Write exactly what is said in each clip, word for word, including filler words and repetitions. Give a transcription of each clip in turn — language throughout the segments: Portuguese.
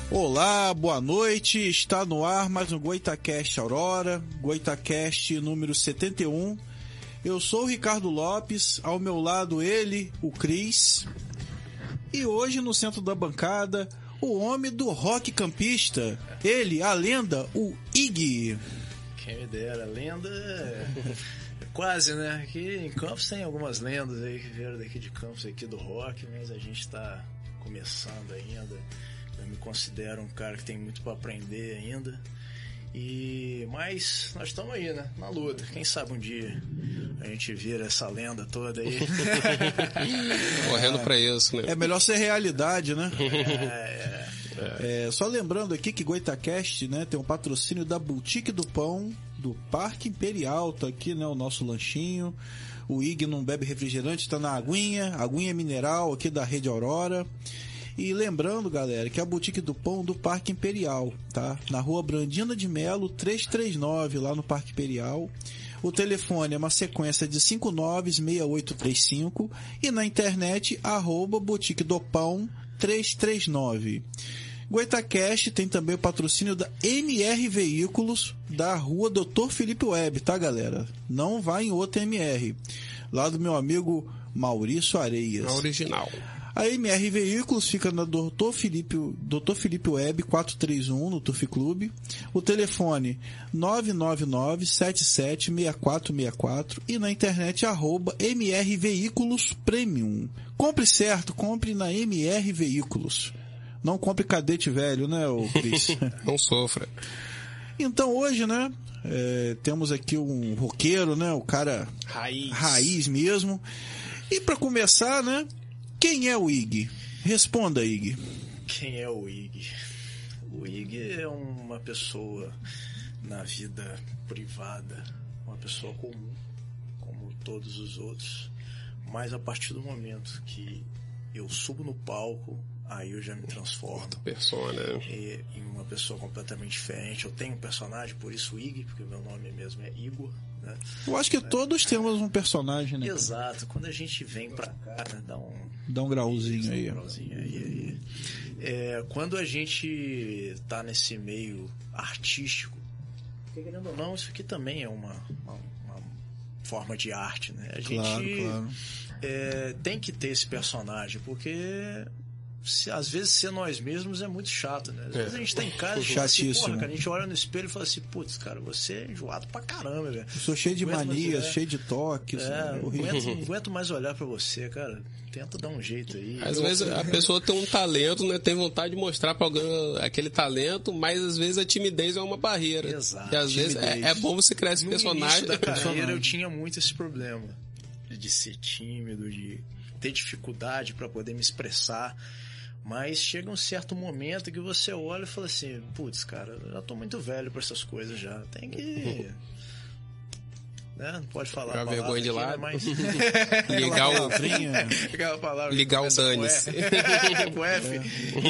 Olá, boa noite, está no ar mais um Goitacast Aurora, Goitacast número setenta e um. Eu sou o Ricardo Lopes, ao meu lado ele, o Cris, e hoje no centro da bancada, o homem do rock campista, ele, a lenda, o Ig. Quem me dera, lenda quase, né? Aqui em Campos tem algumas lendas aí que vieram daqui de Campos, aqui do rock, mas a gente está começando ainda. Eu me considero um cara que tem muito para aprender ainda. E mas nós estamos aí, né? Na luta. Quem sabe um dia a gente vira essa lenda toda aí. Correndo pra isso, né? É melhor ser realidade, né? É, é. É, só lembrando aqui que Goitacast, né, tem um patrocínio da Boutique do Pão, do Parque Imperial, tá aqui, né, o nosso lanchinho. O Ig não bebe refrigerante, tá na aguinha, aguinha mineral aqui da Rede Aurora. E lembrando, galera, que é a Boutique do Pão do Parque Imperial, tá? Na rua Brandina de Melo, trezentos e trinta e nove, lá no Parque Imperial. O telefone é uma sequência de cinco nove seis oito três cinco e na internet, arroba Boutique do Pão trezentos e trinta e nove. Goitacast tem também o patrocínio da M R Veículos, da rua doutor Felipe Web, tá, galera? Não vai em outra M R. Lá do meu amigo Maurício Areias. É original. A M R Veículos fica na doutor Felipe, doutor Felipe Web quatrocentos e trinta e um, no Turf Clube. O telefone nove nove nove sete sete seis quatro seis quatro e na internet arroba M R Veículos Premium. Compre certo, compre na M R Veículos. Não compre cadete velho, né, ô Cris? Não sofra. Então hoje, né, é, temos aqui um roqueiro, né, o cara Raiz. raiz mesmo. E para começar, né, quem é o Ig? Responda, Ig. Quem é o Ig? O Ig é uma pessoa na vida privada, uma pessoa comum, como todos os outros, mas a partir do momento que eu subo no palco, aí eu já me transformo Persona. em uma pessoa completamente diferente. Eu tenho um personagem, por isso Ig, porque o meu nome mesmo é Igor, né? Eu acho que todos temos um personagem, né? Exato. Quando a gente vem pra cá, né, dá um... Dá um grauzinho aí. Um grauzinho aí, aí. É, quando a gente tá nesse meio artístico, porque querendo ou não, isso aqui também é uma, uma, uma forma de arte, né? A gente claro, claro. É, tem que ter esse personagem, porque se, às vezes ser nós mesmos é muito chato, né? Às é. vezes a gente tá em casa e fala assim, porra, cara, a gente olha no espelho e fala assim, putz, cara, você é enjoado pra caramba, velho. Eu sou cheio de aguento manias, mais, cheio de toques. É, é não aguento, não aguento mais olhar pra você, cara. Tenta dar um jeito aí. Às eu, vezes a pessoa tem um talento, né? Tem vontade de mostrar pra alguém aquele talento, mas às vezes a timidez é uma barreira. Exato. E às timidez. vezes é, é bom você criar esse no personagem. No início da carreira eu tinha muito esse problema de ser tímido, de ter dificuldade pra poder me expressar. Mas chega um certo momento que você olha e fala assim, putz, cara, eu já tô muito velho pra essas coisas já. Tem que... né? Não pode falar a vergonha de lado. Aqui, né? Mas... ligar o Aquela palavra ligar o dane-se. Com F.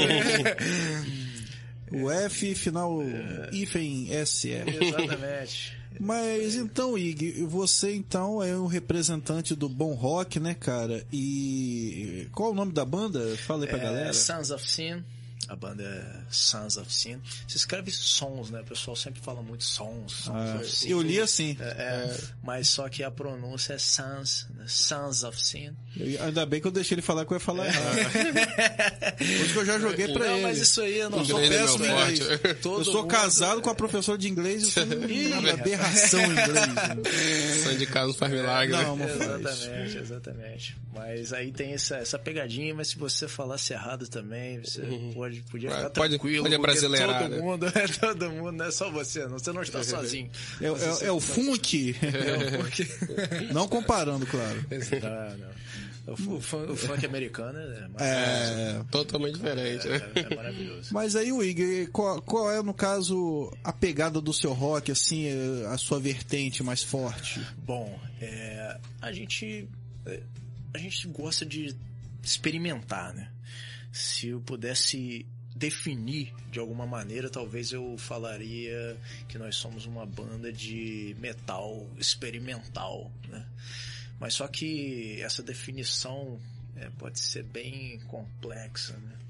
O F, final é. hífen S E. Exatamente. Mas então, Ig, você então é um representante do bom rock, né, cara? E qual é o nome da banda? Fala aí pra é, galera. Sons of Sin. A banda é Sons of Sin. Se escreve sons, né? O pessoal sempre fala muito sons. sons ah, assim, eu li assim. É, é, mas só que a pronúncia é Sons, né? Sons of Sin. Eu, ainda bem que eu deixei ele falar que eu ia falar errado. Por isso que eu já joguei pra não, ele. Mas isso aí eu não sou péssimo em inglês. Todo eu sou mundo... casado com a professora de inglês e sou uma aberração em inglês. Sangue de casa não faz milagre. Não, não exatamente, faz. Exatamente. Mas aí tem essa, essa pegadinha, mas se você falasse errado também, você uhum. pode, podia ficar pode, tranquilo. Pode brasileirar, todo né? mundo, é todo mundo, não é só você, não, você não está sozinho. É, é, é o funk. É o funk. Não comparando, claro. Não, não. O, funk, o funk americano é, é totalmente diferente. É, é, é maravilhoso. Mas aí, Ig, qual, qual é, no caso, a pegada do seu rock, assim, a sua vertente mais forte? Bom, é, a gente a gente gosta de experimentar, né? Se eu pudesse definir de alguma maneira, talvez eu falaria que nós somos uma banda de metal experimental, né? Mas só que essa definição é, pode ser bem complexa, né?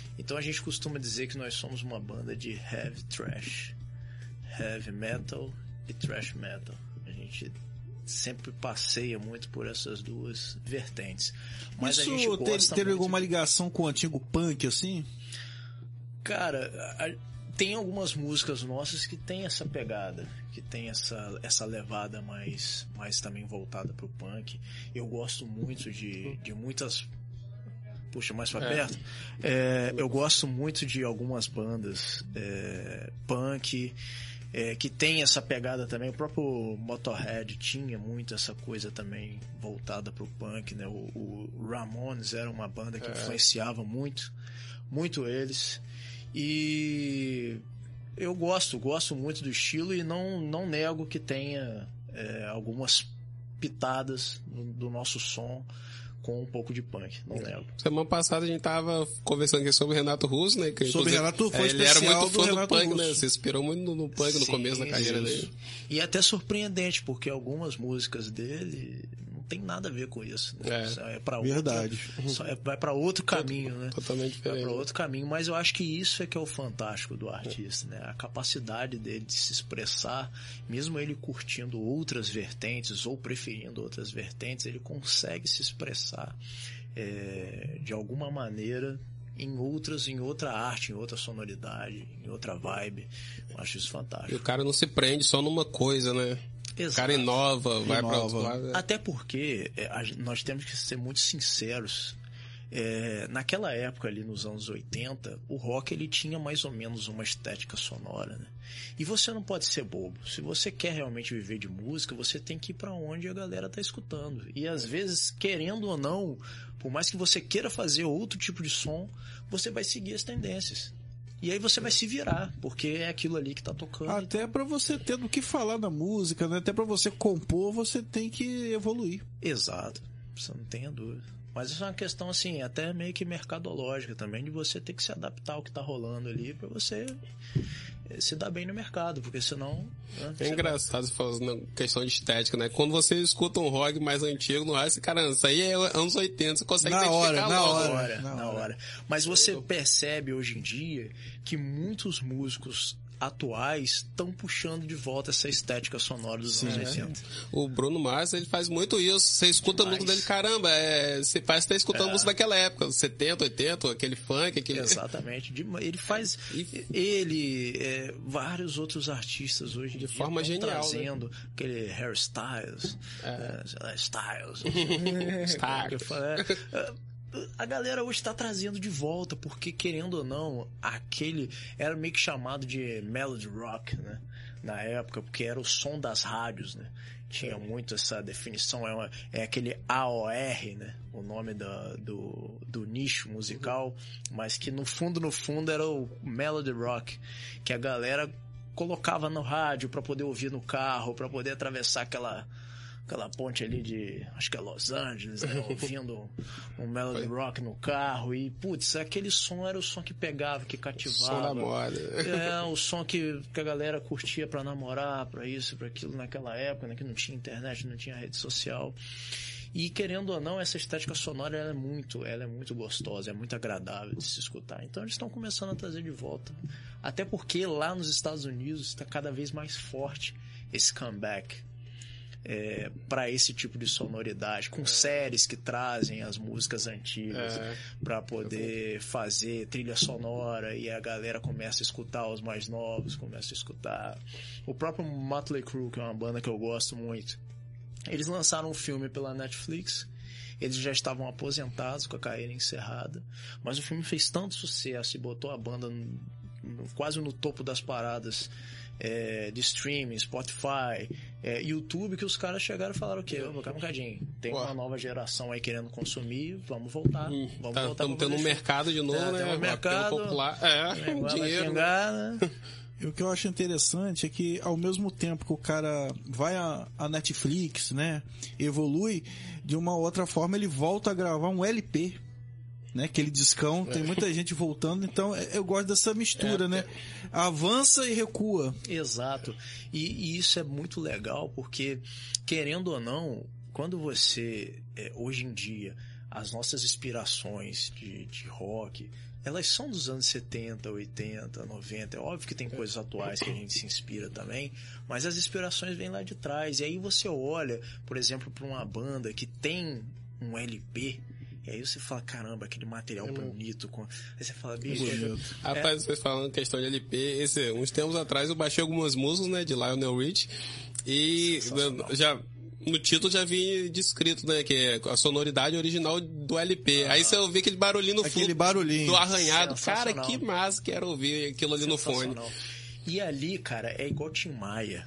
Então a gente costuma dizer que nós somos uma banda de heavy thrash, heavy metal e thrash metal. A gente sempre passeia muito por essas duas vertentes. Mas Isso a gente gosta teve, teve muito alguma de... ligação com o antigo punk, assim? Cara, a, tem algumas músicas nossas que tem essa pegada, que tem essa, essa levada mais, mais também voltada pro punk. Eu gosto muito de, de muitas... Puxa, mais pra É. perto. É, eu gosto muito de algumas bandas é, punk... É, que tem essa pegada também. O próprio Motorhead tinha muito essa coisa também voltada pro punk, né? O, o Ramones era uma banda que é. influenciava muito, muito eles. E eu gosto, gosto muito do estilo e não, não nego que tenha é, algumas pitadas do, do nosso som com um pouco de punk, não nego. Semana passada a gente tava conversando aqui sobre o Renato Russo, né? Que, sobre Renato Russo, foi ele era muito fã do, do punk, Russo. né? Se inspirou muito no, no punk no Sim, começo da carreira isso. dele. E é até surpreendente, porque algumas músicas dele não tem nada a ver com isso. Né? É, só é pra verdade. Outra, só é, vai para outro caminho, né? Totalmente diferente. Vai para outro caminho, mas eu acho que isso é que é o fantástico do artista, né? A capacidade dele de se expressar, mesmo ele curtindo outras vertentes ou preferindo outras vertentes, ele consegue se expressar é, de alguma maneira em outras, em outra arte, em outra sonoridade, em outra vibe. Eu acho isso fantástico. E o cara não se prende só numa coisa, né? Exato. O cara inova, vai para outro lado. Até porque é, a, nós temos que ser muito sinceros. É, naquela época ali nos anos oitenta, o rock ele tinha mais ou menos uma estética sonora, né? E você não pode ser bobo. Se você quer realmente viver de música, você tem que ir para onde a galera tá escutando. E às vezes, querendo ou não, por mais que você queira fazer outro tipo de som, você vai seguir as tendências. E aí você vai se virar, porque é aquilo ali que tá tocando. Até para você ter do que falar na música, né? Até para você compor, você tem que evoluir. Exato, você não tenha dúvida. Mas isso é uma questão, assim, até meio que mercadológica também, de você ter que se adaptar ao que tá rolando ali para você se dar bem no mercado, porque senão... Né, é engraçado você falando questão de estética, né? Quando você escuta um rock mais antigo no rádio, você, cara, isso aí é anos oitenta, você consegue na identificar hora, na logo. hora, na hora, na na hora. hora. Mas você percebe hoje em dia que muitos músicos atuais estão puxando de volta essa estética sonora dos anos oitenta. O Bruno Mars, ele faz muito isso. Você escuta Demais. a música dele, caramba, é, você parece estar escutando É. música daquela época, setenta, oitenta, aquele funk, aquele... Exatamente. Ele faz... Ele, é, vários outros artistas hoje De em dia forma estão genial, trazendo né? aquele hairstyles, é. sei lá, styles. Styles. É, a galera hoje está trazendo de volta, porque querendo ou não, aquele era meio que chamado de melody rock, né? Na época, porque era o som das rádios, né? Tinha muito essa definição, é, uma, é aquele A O R, né? O nome da, do, do nicho musical, mas que no fundo, no fundo era o melody rock, que a galera colocava no rádio para poder ouvir no carro, para poder atravessar aquela... aquela ponte ali de, acho que é Los Angeles, né? Ouvindo um melody rock no carro e, putz, aquele som era o som que pegava, que cativava. Som da moda. É, o som que, que a galera curtia pra namorar, pra isso, pra aquilo naquela época, né? Que não tinha internet, não tinha rede social. E querendo ou não, essa estética sonora ela é muito, ela é muito gostosa, é muito agradável de se escutar. Então eles estão começando a trazer de volta. Até porque lá nos Estados Unidos está cada vez mais forte esse comeback. É, para esse tipo de sonoridade, com séries que trazem as músicas antigas é. para poder fazer trilha sonora e a galera começa a escutar os mais novos, começa a escutar o próprio Motley Crue, que é uma banda que eu gosto muito. Eles lançaram um filme pela Netflix, eles já estavam aposentados com a carreira encerrada, mas o filme fez tanto sucesso e botou a banda no, no, quase no topo das paradas É, de streaming, Spotify, é, YouTube, que os caras chegaram e falaram o quê? Ô, calma um bocadinho, tem Ué. uma nova geração aí querendo consumir, vamos voltar. Hum, vamos tá, voltar. Estamos tendo um mercado de novo, é, né? Tem um mercado, popular. É, vai dinheiro. pingar, né? E o que eu acho interessante é que, ao mesmo tempo que o cara vai à, à Netflix, né, evolui, de uma outra forma ele volta a gravar um L P, né, aquele discão, tem muita gente voltando, então eu gosto dessa mistura, É, né, avança e recua. Exato, e, e isso é muito legal, porque, querendo ou não, quando você, é, hoje em dia, as nossas inspirações de, de rock elas são dos anos setenta, oitenta, noventa. É óbvio que tem coisas atuais que a gente se inspira também, mas as inspirações vêm lá de trás. E aí você olha, por exemplo, para uma banda que tem um L P, e aí você fala, caramba, aquele material é bonito. Com... Aí você fala, bicho... É Rapaz, é... vocês falando questão de L P, esse, uns tempos atrás eu baixei algumas músicas, né, de Lionel Rich, e já... No título já vi descrito, né, que é a sonoridade original do L P. Ah, aí você ouve aquele barulhinho no aquele fundo barulhinho do arranhado. Cara, que massa, quero ouvir aquilo ali no fone. E ali, cara, é igual Tim Maia.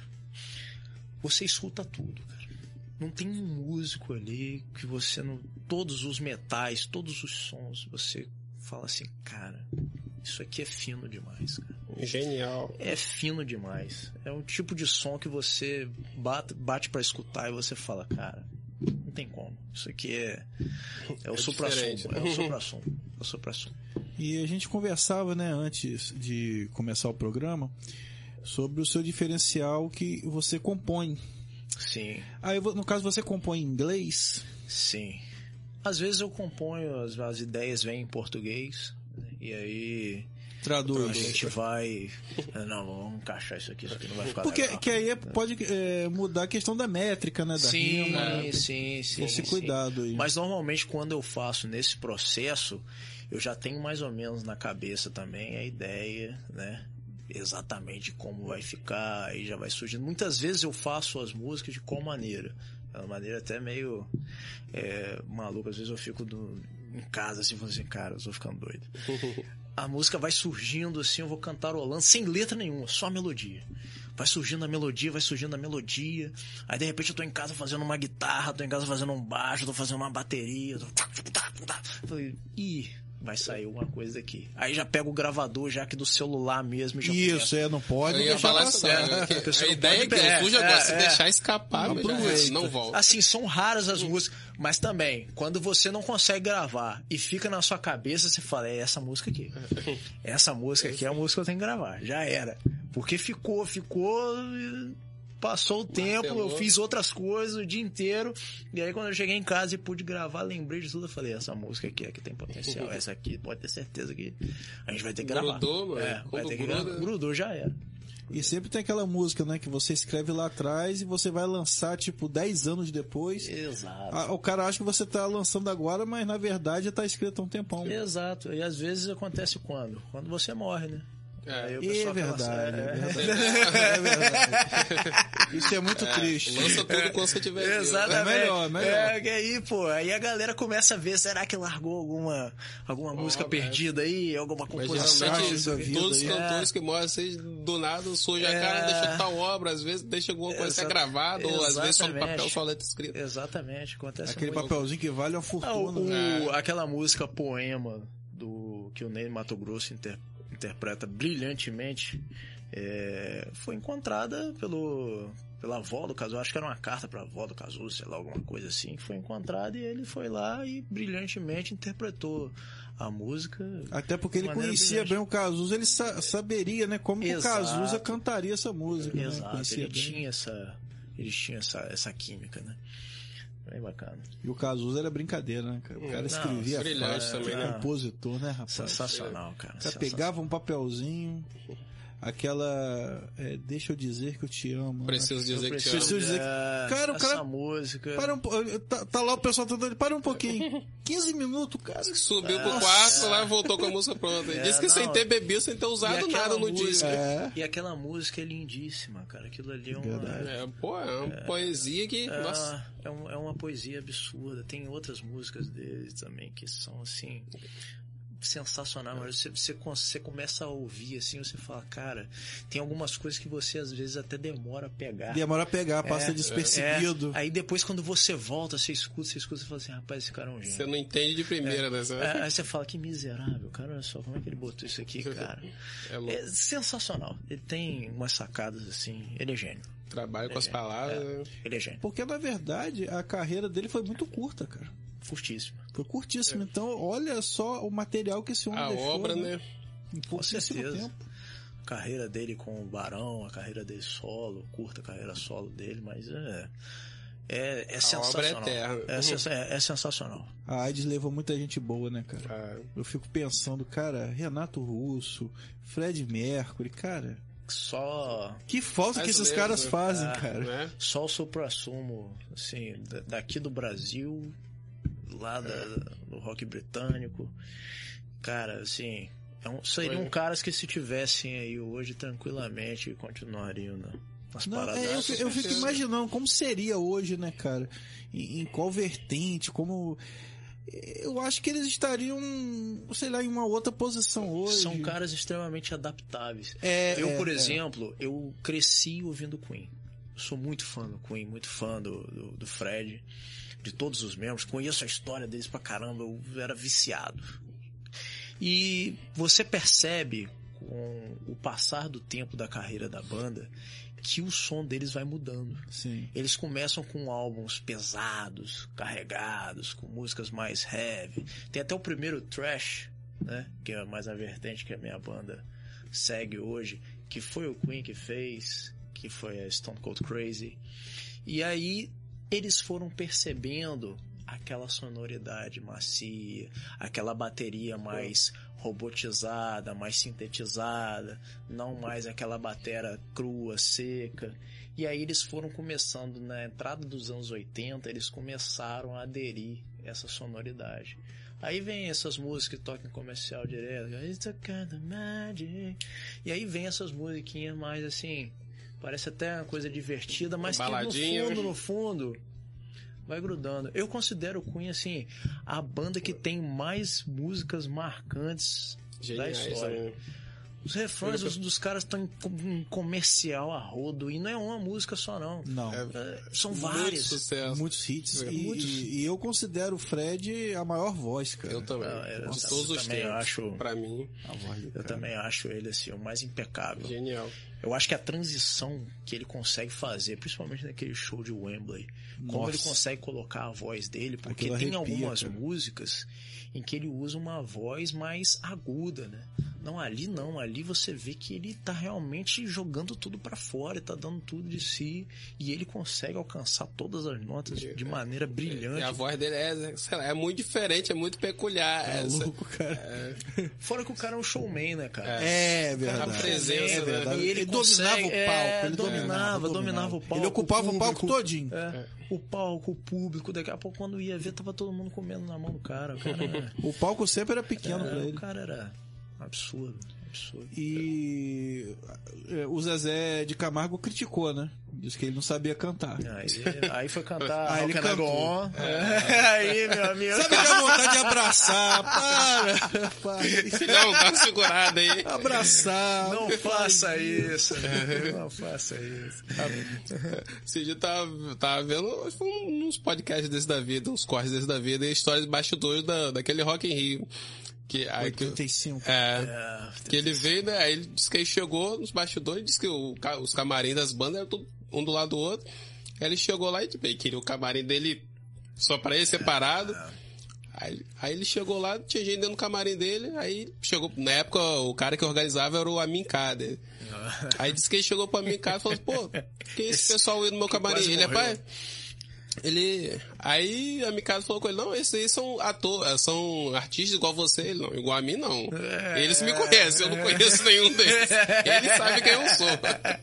Você escuta tudo, cara. Não tem um músico ali que você não... Todos os metais, todos os sons, você fala assim, cara, isso aqui é fino demais, cara. Genial. É fino demais. É um tipo de som que você bate, bate pra escutar e você fala, cara, não tem como. Isso aqui é, é o é supra-som. É o supra-som. É o supra-som. E a gente conversava, né, antes de começar o programa, sobre o seu diferencial que você compõe. Sim. Aí, no caso, você compõe em inglês? Sim. Às vezes eu componho, as, as ideias vêm em português, e aí... Traduz. A gente vai... Não, vamos encaixar isso aqui, isso aqui não vai ficar Porque legal. que aí pode é, mudar a questão da métrica, né? Da sim, rima, né? sim, sim. Esse sim. cuidado aí. Mas normalmente quando eu faço nesse processo, eu já tenho mais ou menos na cabeça também a ideia, né? Exatamente como vai ficar, aí já vai surgindo. Muitas vezes eu faço as músicas de qual maneira? É uma maneira até meio é, maluca. Às vezes eu fico do, em casa assim, falando assim, cara, eu tô ficando doido. A música vai surgindo assim, eu vou cantarolando, sem letra nenhuma, só a melodia. Vai surgindo a melodia, vai surgindo a melodia. Aí de repente eu tô em casa fazendo uma guitarra, tô em casa fazendo um baixo, tô fazendo uma bateria. Tô... Falei, ih, vai sair alguma coisa daqui. Aí já pego o gravador, já que do celular mesmo. Já isso, começa. é, não pode. Eu ia falar isso, é, a ideia é que eu fuja agora, se deixar escapar, não, já, não volta. Assim, são raras as músicas, mas também, quando você não consegue gravar e fica na sua cabeça, você fala, é essa música aqui. Essa música aqui é a música que eu tenho que gravar. Já era. Porque ficou, ficou... Passou o tempo, eu fiz outras coisas o dia inteiro. E aí quando eu cheguei em casa e pude gravar, lembrei de tudo. Eu falei, essa música aqui é que tem potencial. Essa aqui pode ter certeza que a gente vai ter que gravar. Grudou, mano. É, vai ter que gravar. Grudou, já era. E sempre tem aquela música, né, que você escreve lá atrás e você vai lançar, tipo, dez anos depois. Exato. O cara acha que você tá lançando agora, mas na verdade já tá escrito há um tempão. Exato. E às vezes acontece quando? Quando você morre, né? É, é verdade, é verdade. É verdade. Isso é muito é, triste. Lança tudo quando você tiver. Exatamente. É melhor, é melhor. É, que aí, pô, aí a galera começa a ver, será que largou alguma, alguma oh, música é. perdida aí, alguma composição? Todos os cantores é. que morrem assim, do nada, surge é. a cara, deixa tal obra, às vezes deixa alguma coisa Exa- gravada, ou às vezes só no papel, só letra escrita. Exatamente, acontece aquele muito. papelzinho que vale uma fortuna. Ah, o, o, aquela música Poema, do, que o Ney Mato Grosso interpreta. interpreta brilhantemente, é, foi encontrada pelo, pela avó do Cazuza, acho que era uma carta para a avó do Cazuza, sei lá, alguma coisa assim, que foi encontrada e ele foi lá e brilhantemente interpretou a música. Até porque ele conhecia brilhante. bem o Cazuza, ele sa- saberia, né, como o Cazuza cantaria essa música. Exato, né? ele bem. tinha essa, ele tinha essa, essa química, né? Bem bacana. E o Cazuza era brincadeira, né, cara? O cara não, escrevia fácil, também, né? Compositor, né, rapaz? Sensacional, cara. O cara pegava um papelzinho, aquela... É, deixa eu dizer que eu te amo. Preciso né? dizer eu que te preciso amo. Dizer é, que... Cara, o cara... Essa música... Para um... tá, tá lá o pessoal tentando... Para um pouquinho. quinze minutos, cara. Subiu pro quarto, é. lá voltou com a música pronta. É, Diz que não, sem ter bebido, sem ter usado nada no música, disco. É. E aquela música é lindíssima, cara. Aquilo ali é uma... É, pô, é uma é, poesia que... É, nossa. É, um, é uma poesia absurda. Tem outras músicas dele também que são, assim... sensacional, mas você, você, você começa a ouvir assim, você fala, cara, tem algumas coisas que você às vezes até demora a pegar. Demora a pegar, passa é, despercebido. É, aí depois quando você volta, você escuta, você escuta, você fala assim, rapaz, esse cara é um gênio. Você não entende de primeira, é, né? É, aí você fala, que miserável, cara, olha só, como é que ele botou isso aqui, cara? É, é sensacional. Ele tem umas sacadas assim, ele é gênio. Trabalha com é as gênio. palavras. É, ele é gênio. Porque na verdade a carreira dele foi muito curta, cara. Curtíssimo. Foi curtíssimo. É. Então, olha só o material que esse homem a deixou. A obra, né? Em pouquíssimo tempo. A carreira dele com o Barão, a carreira dele solo, curta a carreira solo dele, mas é... é, é A sensacional. obra é eterna. É, sens- é, é sensacional. A AIDS levou muita gente boa, né, cara? Ah, Eu fico pensando, cara, Renato Russo, Fred Mercury, cara, Só, que falta que Mais esses ou caras menos, né? fazem, Ah, cara. né? só o supra-sumo, assim, da- daqui do Brasil, lá da- do rock britânico. Cara, assim, é um- seriam Foi. caras que se tivessem aí hoje tranquilamente continuariam na- nas Não, paradas. é, eu, fi- eu fico certeza. imaginando como seria hoje, né, cara? Em, em qual vertente, como... Eu acho que eles estariam, sei lá, em uma outra posição hoje. São caras extremamente adaptáveis. É, eu, é, por é. exemplo, eu cresci ouvindo Queen. Eu sou muito fã do Queen, muito fã do, do, do Fred, de todos os membros. Conheço a história deles pra caramba, eu era viciado. E você percebe, com o passar do tempo da carreira da banda, que o som deles vai mudando. Sim. Eles começam com álbuns pesados, carregados, com músicas mais heavy. Tem até o primeiro Thrash, né? Que é mais a vertente que a minha banda segue hoje, que foi o Queen que fez, que foi a Stone Cold Crazy. E aí eles foram percebendo aquela sonoridade macia, aquela bateria mais robotizada, mais sintetizada, não mais aquela batera crua, seca. E aí eles foram começando, na entrada dos anos oitenta, eles começaram a aderir a essa sonoridade. Aí vem essas músicas que tocam em comercial direto, It's a kind of magic. E aí vem essas musiquinhas mais assim, parece até uma coisa divertida, mas que no Baladinha. fundo, no fundo, vai grudando. Eu considero o Queen, assim, a banda que tem mais músicas marcantes Geniais, da história. né? Os refrões dos, dos caras estão em, com- em comercial a rodo. E não é uma música só, não. Não. É, são Muito várias. sucesso. Muitos hits. É. E, Muitos. e- e eu considero o Fred a maior voz, cara. Eu também. Ah, é, de eu todos os também tempos. acho- Pra mim, A voz do Eu cara. também acho ele, assim, o mais impecável. genial. Eu acho que a transição que ele consegue fazer, principalmente naquele show de Wembley, como Nossa. ele consegue colocar a voz dele, porque Aquilo tem arrepia, algumas cara. músicas em que ele usa uma voz mais aguda, né? Não, ali não, ali você vê que ele tá realmente jogando tudo pra fora, ele tá dando tudo de si, e ele consegue alcançar todas as notas de maneira E a brilhante. voz dele é, sei lá, é muito diferente, é muito peculiar. É essa- louco, cara. Fora que o cara é um showman, né, cara? É verdade. A presença, é né? verdade. E ele Ele, consegue- dominava o é, palco. Ele dominava, dominava, dominava o palco, Ele ocupava o o palco público. todinho. É, o palco, o público, daqui a pouco quando ia ver, tava todo mundo comendo na mão do cara. O cara era, O palco sempre era pequeno pra é, ele. o cara era absurdo, absurdo. E é, o Zezé de Camargo criticou, né? Disse que ele não sabia cantar. Aí, aí foi cantar Aí How ele Can I cantou. Go On. É, aí, meu amigo. Sabe que dá vontade de abraçar? Para! para. Não, dá uma segurada aí. Abraçar. Não faça isso, né? Não faça isso. Esse dia tava, tava vendo acho que foi uns podcasts desse da vida, uns corres desse da vida e histórias de bastidores da, daquele Rock in Rio. Que, aí, que, oitenta e cinco. é, É, que ele veio, né? Aí ele disse que ele chegou nos bastidores, disse que o, ca- os camarins das bandas eram tudo um do lado do outro. Aí ele chegou lá e tipo, ele queria o camarim dele só pra ele, separado. Aí, aí ele chegou lá, tinha gente dentro do camarim dele, aí chegou, na época o cara que organizava era o Amin Kader. Aí disse que ele chegou pro Amin Kader e falou, pô, que esse pessoal aí no meu camarim? quase Ele é morreu. pai? Ele. Aí a Mikado falou com ele, não, esses aí são atores, são artistas igual você, ele não, igual a mim não. Eles me conhecem, eu não conheço nenhum deles. Ele sabe quem eu sou.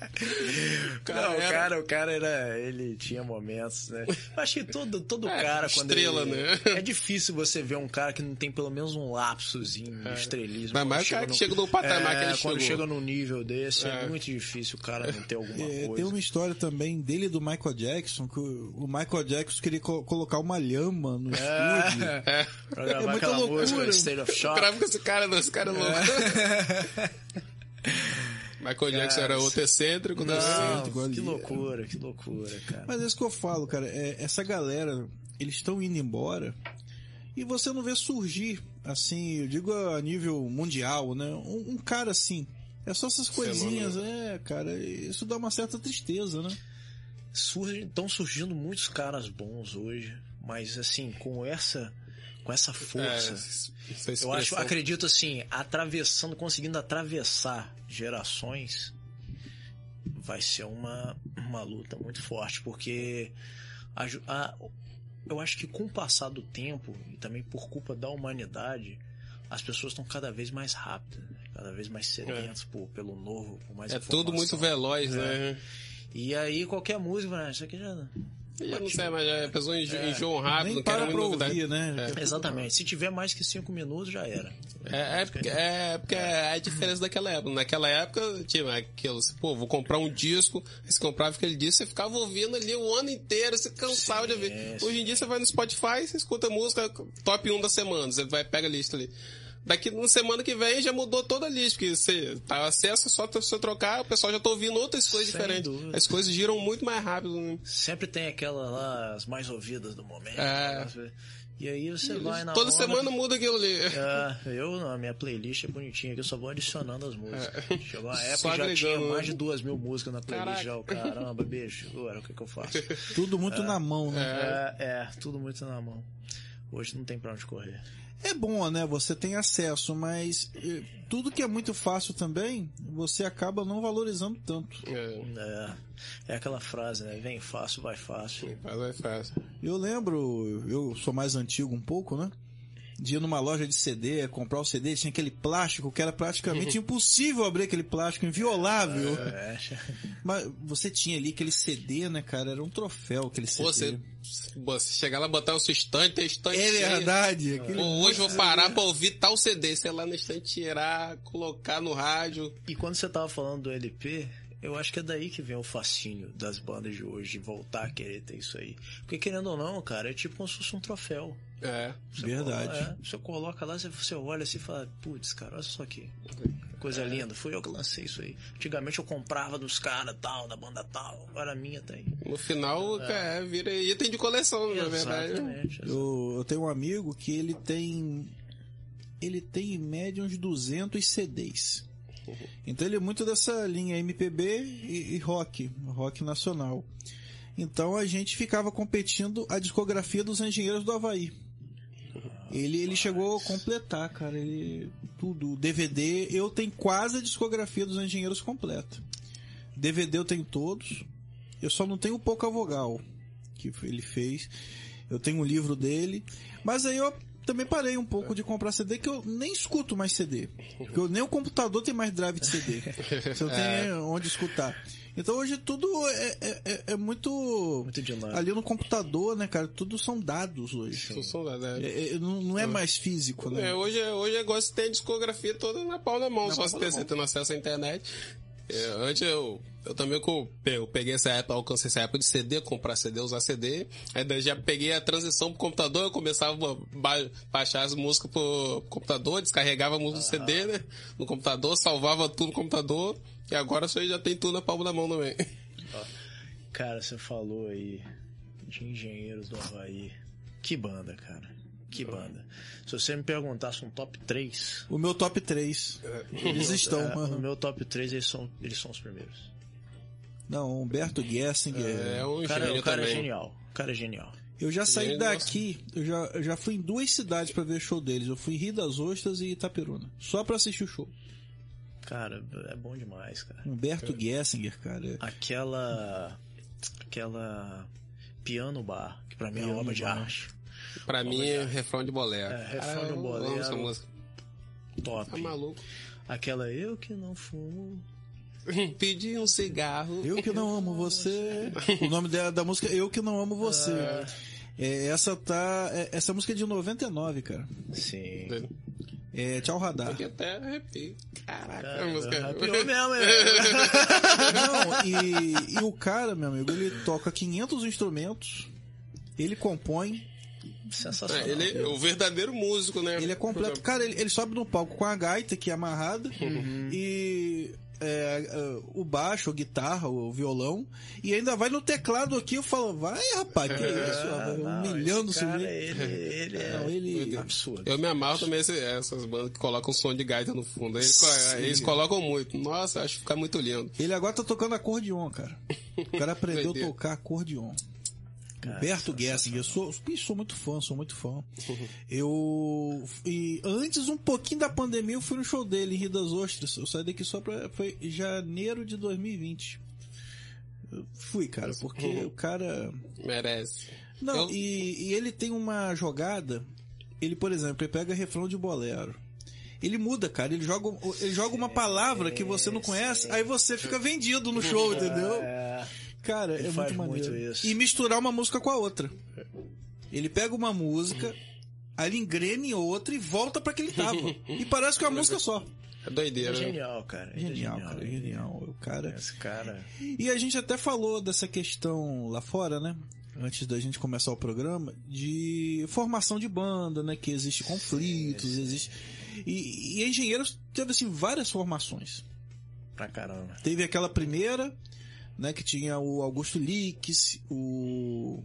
Não, o era- cara, o cara era. Ele tinha momentos, né? Eu acho que todo, todo É, cara, quando estrela, ele- né? É difícil você ver um cara que não tem pelo menos um lapsozinho de estrelismo. Mas quando mais o cara chega que chega no patamar que ele Quando chegou. chega num nível desse, é, É. muito difícil o cara não ter alguma É, coisa. tem uma história também dele e do Michael Jackson, que o o Michael Jackson queria co- colocar uma lhama no estúdio. É. Pra gravar É muita aquela loucura. música State of Eu Shock. cravo com esse cara, não, esse cara é louco. Michael Jackson era outro excêntrico, né? Excêntrico Não, ali. que loucura, que loucura, cara. Mas é isso que eu falo, cara. É, essa galera, eles estão indo embora e você não vê surgir, assim, eu digo a nível mundial, né? Um, um cara assim. É só essas coisinhas, é, cara. Isso dá uma certa tristeza, né? Estão surgindo muitos caras bons hoje, mas assim, com essa, com essa É, força. essa Eu expressão. acho, acredito assim, atravessando, conseguindo atravessar gerações, vai ser uma, uma luta muito forte, porque A, a, eu acho que com o passar do tempo, e também por culpa da humanidade, as pessoas estão cada vez mais rápidas, né? Cada vez mais sedentas é. por, pelo novo, por mais É informação. tudo muito veloz, é. né? E aí qualquer música, né? Isso aqui já... Eu não sei, mas a pessoa é. enjoam rápido, Nem não para quer pra novidade. ouvir, né? É. Exatamente. Se tiver mais que cinco minutos, já era. É, é, porque, é porque é a diferença daquela época. Naquela época, tinha aquilo, pô, vou comprar um disco, aí você comprava aquele disco, você ficava ouvindo ali o ano inteiro, você cansava de ouvir. Hoje em dia você vai no Spotify, você escuta a música top um da semana, você vai, pega a lista ali. Daqui na semana que vem já mudou toda a lista, porque você tá acesso, só você trocar, o pessoal já tá ouvindo outras coisas Sem diferentes. Dúvida. As coisas giram muito mais rápido, né? Sempre tem aquela lá, as mais ouvidas do momento. É. E aí você vai na Toda onda, semana muda aquilo ali. É, eu, a minha playlist é bonitinha aqui, eu só vou adicionando as músicas. É. Chegou uma época Só que já tinha mais de né? duas mil músicas na playlist. Já, caramba, bicho, agora o que, que eu faço? Tudo muito é, na mão, né? É, é, tudo muito na mão. Hoje não tem pra onde correr. É bom, né? Você tem acesso, mas eh, tudo que é muito fácil também, você acaba não valorizando tanto. É, é aquela frase, né? Vem fácil, vai fácil. Vai fácil. Eu lembro, eu sou mais antigo um pouco, né? De ir numa loja de C D, comprar o C D, tinha aquele plástico que era praticamente impossível abrir aquele plástico, inviolável. É. Mas você tinha ali aquele C D, né, cara? Era um troféu aquele C D. Você, você chegar lá, botar o seu estante, tem estante É cheio. verdade. Pô, hoje eu vou parar pra ouvir tal C D, sei lá na estante, tirar, colocar no rádio. E quando você tava falando do L P, eu acho que é daí que vem o fascínio das bandas de hoje, de voltar a querer ter isso aí. Porque querendo ou não, cara, é tipo como se fosse um troféu. É, você verdade. Coloca, é, você coloca lá, você olha assim e fala, putz, cara, olha só aqui. Coisa é. linda, fui eu que lancei isso aí. Antigamente eu comprava dos caras tal, da banda tal, agora a minha tá aí. No final, é, é vira item de coleção, na verdade. Exatamente. Eu, eu tenho um amigo que ele tem ele tem em média uns duzentos C Ds. Uhum. Então ele é muito dessa linha M P B e, e rock, rock nacional. Então a gente ficava competindo a discografia dos Engenheiros do Havaí. Ele, ele chegou a completar, cara, ele, tudo, D V D, eu tenho quase a discografia dos Engenheiros completa. D V D eu tenho todos, eu só não tenho o Pouca Vogal, que ele fez, eu tenho um livro dele, mas aí eu também parei um pouco de comprar C D, que eu nem escuto mais C D, porque eu, nem o computador tem mais drive de C D, você não tem é. onde escutar. Então hoje tudo é, é, é muito, muito dinâmico. Ali no computador, né, cara? Tudo são dados hoje. Tudo são dados, é. É, é, não, não é mais físico, né? É, hoje, hoje é igual você tem a discografia toda na pau na mão, na só se ter, você tendo acesso à internet. É, antes eu, eu também eu peguei essa época, alcancei essa época de C D, comprar C D, usar C D. Aí daí já peguei a transição pro computador, eu começava a ba baixar as músicas pro computador, descarregava a música do C D, né? No computador, salvava tudo no computador. E agora você já tem tudo na palma da mão também. Cara, você falou aí de Engenheiros do Havaí. Que banda, cara. Que banda. Se você me perguntasse um top três... O meu top três. Eles estão. É, no meu top três, eles são, eles são os primeiros. Não, Humberto Gessinger. É, é um cara, o cara também. é genial. O cara é genial. Eu já saí daqui, eu já, eu já fui em duas cidades pra ver show deles. Eu fui em Rio das Ostras e Itaperuna. Só pra assistir o show. Cara, é bom demais, cara. Humberto Gessinger, cara. Aquela... Aquela... Piano Bar, que pra mim Piano é uma obra de arte. Pra mim é refrão de bolero. É, refrão de bolero. Essa música. Top. Tá maluco. Aquela Eu Que Não Fumo. Pedi um cigarro. Eu Que Não Amo Você. O nome da, da música é Eu Que Não Amo Você. É. É, essa tá... É, essa música é de noventa e nove, cara. Sim. É, Tchau Radar. Porque até arrepio. Caraca, Cara, a música é arrepiou mesmo, é. Não, e, e o cara, meu amigo, ele toca quinhentos instrumentos, ele compõe. Sensacional. É, ele é o verdadeiro músico, né? Ele é completo. Cara, ele, ele sobe no palco com a gaita que é amarrada uhum. e é, o baixo, a guitarra, o violão, e ainda vai no teclado aqui. Eu falo, vai, rapaz, que é isso? Ah, humilhando o cara, ele, ele é não, ele... absurdo. Eu me amarro também esse, essas bandas que colocam som de gaita no fundo. Eles, eles colocam muito. Nossa, acho que fica muito lindo. Ele agora tá tocando acordeon, cara. O cara aprendeu a tocar acordeon. Humberto Gessinger, eu sou, sou muito fã, sou muito fã. Eu. E antes, um pouquinho da pandemia, eu fui no show dele em Rio das Ostras. Eu saí daqui só pra. Foi em janeiro de dois mil e vinte. Eu fui, cara, porque uhum. o cara... Merece. Não, eu... e, e ele tem uma jogada, ele, por exemplo, ele pega refrão de bolero. Ele muda, cara, ele joga, ele joga uma palavra que você não conhece, aí você fica vendido no show, entendeu? É, cara, é muito maneiro. Muito isso. E misturar uma música com a outra. Ele pega uma música, aí ele engrena em outra e volta pra que ele tava. E parece que é uma música só. É doideira. É genial, cara. É genial, genial, cara. É genial. O cara... Esse cara... E a gente até falou dessa questão lá fora, né? Antes da gente começar o programa, de formação de banda, né? Que existe conflitos, sim, sim. existe... E, e Engenheiros teve, assim, várias formações. Pra caramba. Teve aquela primeira, né? Que tinha o Augusto Lix, o...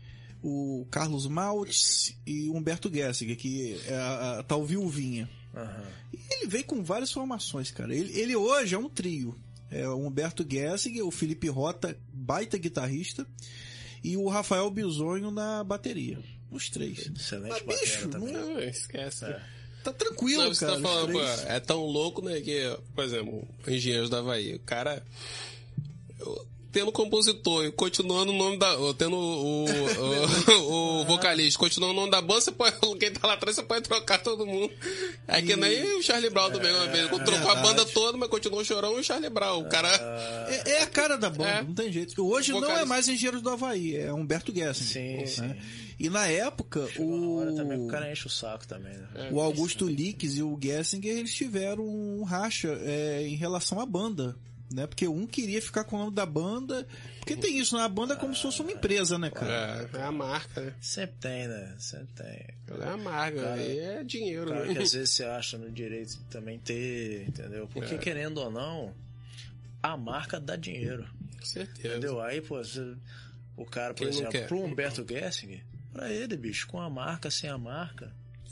o Carlos Maltz e o Humberto Gessinger, que é a, a tal Viuvinha. Uhum. E ele veio com várias formações, cara. Ele, ele hoje é um trio. É o Humberto Gessinger, o Felipe Rota, baita guitarrista, e o Rafael Bisonho na bateria. Os três. Excelente. Mas, bicho, não, não esquece. É. Tá tranquilo, não, cara. Tá falando, pô, é tão louco, né, que, por exemplo, Engenheiros do Havaí, o cara... Eu, tendo compositor e continuando o nome da... Tendo o, o, o vocalista, continuando o nome da banda, você pode, quem tá lá atrás, você pode trocar todo mundo. É que nem o Charlie Brown também, uma vez. Trocou a banda toda, mas continuou o Chorão e o Charlie Brown. O cara... É, é a cara da banda, é. Não tem jeito. Hoje não é mais Engenheiros do Havaí, é Humberto Gessinger. Sim, né? sim. E na época, o... Hora também o cara enche o saco também, né? O Augusto Lix e o Gessinger, eles tiveram um racha é, em relação à banda. Né? Porque um queria ficar com o nome da banda. Porque tem isso, né? A banda é como ah, se fosse uma empresa, né, cara? É, é a marca, né? Sempre tem, né? Sempre tem. É a marca, cara, aí é dinheiro, cara, né? Que às vezes você acha no direito de também ter, entendeu? Porque é. querendo ou não, a marca dá dinheiro. Com certeza. Entendeu? Aí, pô, você, o cara, por Quem exemplo, pro Humberto Gessinger, pra ele, bicho, com a marca, sem a marca.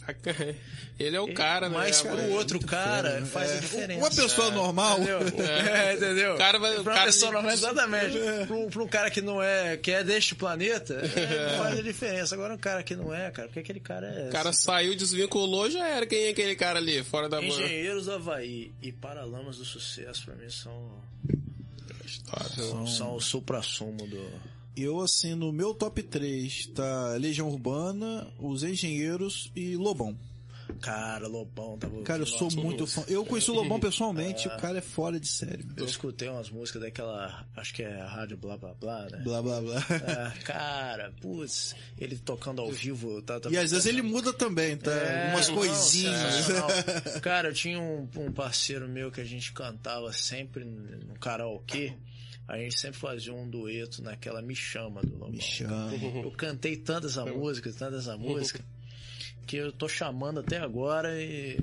Ele é o cara, né? Mas pro é, outro cara é, faz é. a diferença. Uma pessoa é, normal. Entendeu? É, entendeu? O cara vai, pra uma cara pessoa normal, exatamente. É. Pra, um, pra um cara que não é, que é deste planeta, é, faz a diferença. Agora um cara que não é, cara, porque aquele cara é... O cara assim, saiu, desvinculou, já era. Quem é aquele cara ali, fora da banda? Engenheiros do Havaí e Paralamas do Sucesso, pra mim, são... São, são o supra-sumo do... Eu, assim, no meu top três tá Legião Urbana, Os Engenheiros e Lobão. Cara, Lobão tava... Cara, eu sou muito fã. Eu conheci o Lobão pessoalmente, é, o cara é fora de série. Eu escutei umas músicas daquela... Acho que é a Rádio Blá Blá Blá, né? Blá Blá Blá. É, cara, putz, ele tocando ao vivo... Tá, tá, e às vezes ele muda também, tá? É, umas coisinhas. Não, cara, eu tinha um, um parceiro meu que a gente cantava sempre no karaokê. A gente sempre fazia um dueto naquela Me Chama do Lobão. Me Chama. Eu cantei tanto essa música, tanto essa música, que eu tô chamando até agora e...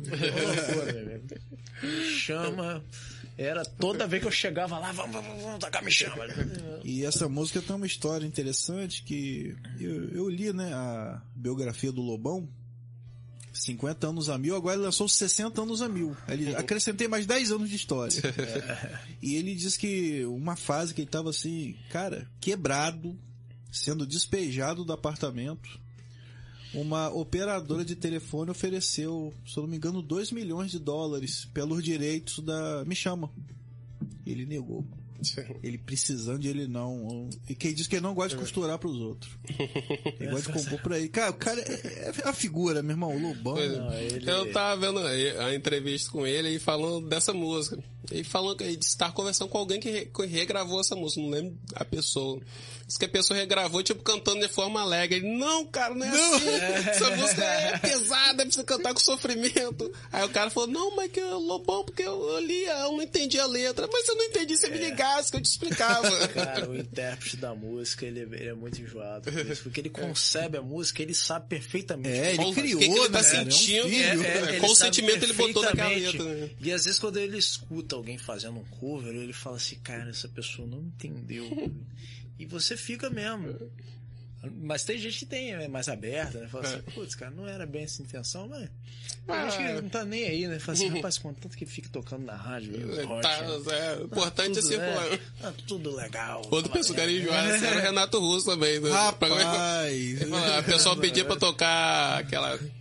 Me Chama... Era toda vez que eu chegava lá, vamos, vamos, vamos tocar Me Chama. E essa música tem uma história interessante que... Eu, eu li, né, a biografia do Lobão, cinquenta anos a mil, agora ele lançou sessenta anos a mil. Ele acrescentei mais dez anos de história. É. E ele diz que uma fase que ele tava assim, cara, quebrado, sendo despejado do apartamento, uma operadora de telefone ofereceu, se eu não me engano, dois milhões de dólares pelos direitos da Me Chama. Ele negou. Ele precisando de ele não. E quem diz que ele não gosta de costurar pros outros. Ele gosta de compor pra ele. Cara, o cara é a figura, meu irmão, o Lobão. Não, ele... Eu tava vendo a entrevista com ele e falando dessa música. Ele falando que ele estar conversando com alguém que regravou essa música. Não lembro a pessoa. Diz que a pessoa regravou, tipo, cantando de forma alegre. Ele, não, cara, não é não. assim. Essa música é pesada, precisa cantar com sofrimento. Aí o cara falou, não, mas que é Lobão, porque eu li, eu não entendi a letra. Mas eu não entendi, você é. me ligasse que eu te explicava. Cara, o intérprete da música, ele, ele é muito enjoado. Porque ele concebe a música, ele sabe perfeitamente. É, ele criou, que, que ele tá né? sentindo. É um é, é, qual sentimento ele botou naquela letra. Né? E às vezes quando ele escuta alguém fazendo um cover, ele fala assim, cara, essa pessoa não entendeu. E você fica mesmo. Mas tem gente que tem, é mais aberta, né? Fala assim, putz, cara, não era bem essa intenção, mas... Ah, acho que ele não tá nem aí, né? Fala assim, rapaz, contanto que fica tocando na rádio... Aí, tá, é, o importante é circular. É, tá tudo legal. Outro pessoal que era enjoado, era o Renato Russo também. Né? Rapaz! A pessoa pedia pra tocar aquela...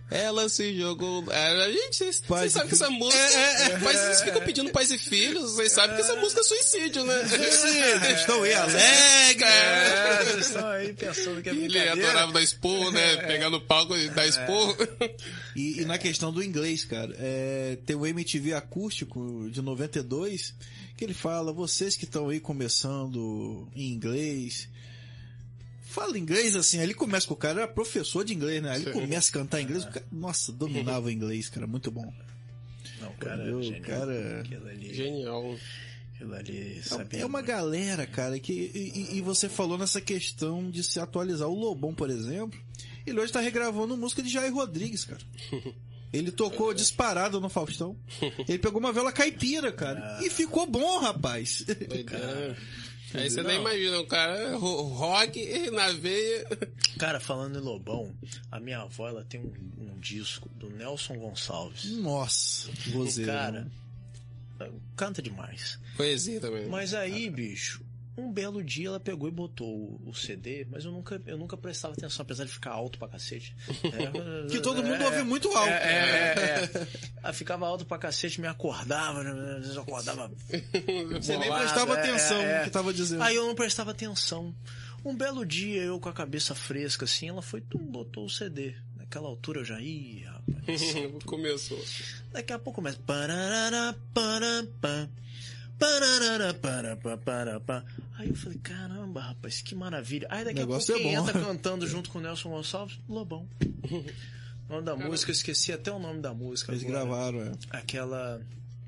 Ela se jogou... É, gente, vocês sabem que essa música... É, é, mas vocês ficam pedindo pais e filhos, vocês sabem que essa música é suicídio, né? Suicídio, estou aí alegre. É, vocês estão aí pensando que é Ele brincadeira. adorava dar esporro, né? Pegar no palco e dar esporro. E, e na questão do inglês, cara, é, tem o M T V Acústico de noventa e dois, que ele fala, vocês que estão aí começando em inglês... Fala inglês assim, aí ele começa com o cara, era professor de inglês, né? Aí ele começa a cantar inglês, o cara, nossa, dominava o inglês, cara, muito bom. Não, cara, Eu, genial. cara... Aquilo ali, Genial. aquilo ali, sabia, É uma né? galera, cara, que e, e você falou nessa questão de se atualizar. O Lobão, por exemplo, ele hoje tá regravando música de Jair Rodrigues, cara. Ele tocou disparado no Faustão. Ele pegou uma viola caipira, cara, e ficou bom, rapaz. Cara, aí você nem imagina, o cara ro- rock na veia. Cara, falando em Lobão, a minha avó, ela tem um, um disco do Nelson Gonçalves. Nossa, vozeiro. Cara, canta demais. Poesia também. Mas aí, bicho, um belo dia ela pegou e botou o, o C D, mas eu nunca, eu nunca prestava atenção, apesar de ficar alto pra cacete. É, Que todo mundo é, ouve muito alto. É, é, é. Ela ficava alto pra cacete, me acordava, né? Às vezes eu acordava. Você nem bolado, prestava é, atenção é, é. no que tava dizendo. Aí eu não prestava atenção. Um belo dia, eu com a cabeça fresca assim, ela foi, tum, botou o C D. Naquela altura eu já ia, rapaz. Começou. Daqui a pouco começa. Parará, pará, pá. Parará, pará, pá, pará, pá. Aí eu falei, caramba, rapaz, que maravilha. Aí daqui a pouco Negócio é quem bom. entra cantando junto com o Nelson Gonçalves, Lobão. O nome da música, eu esqueci até o nome da música. Eles agora. gravaram, é. Aquela.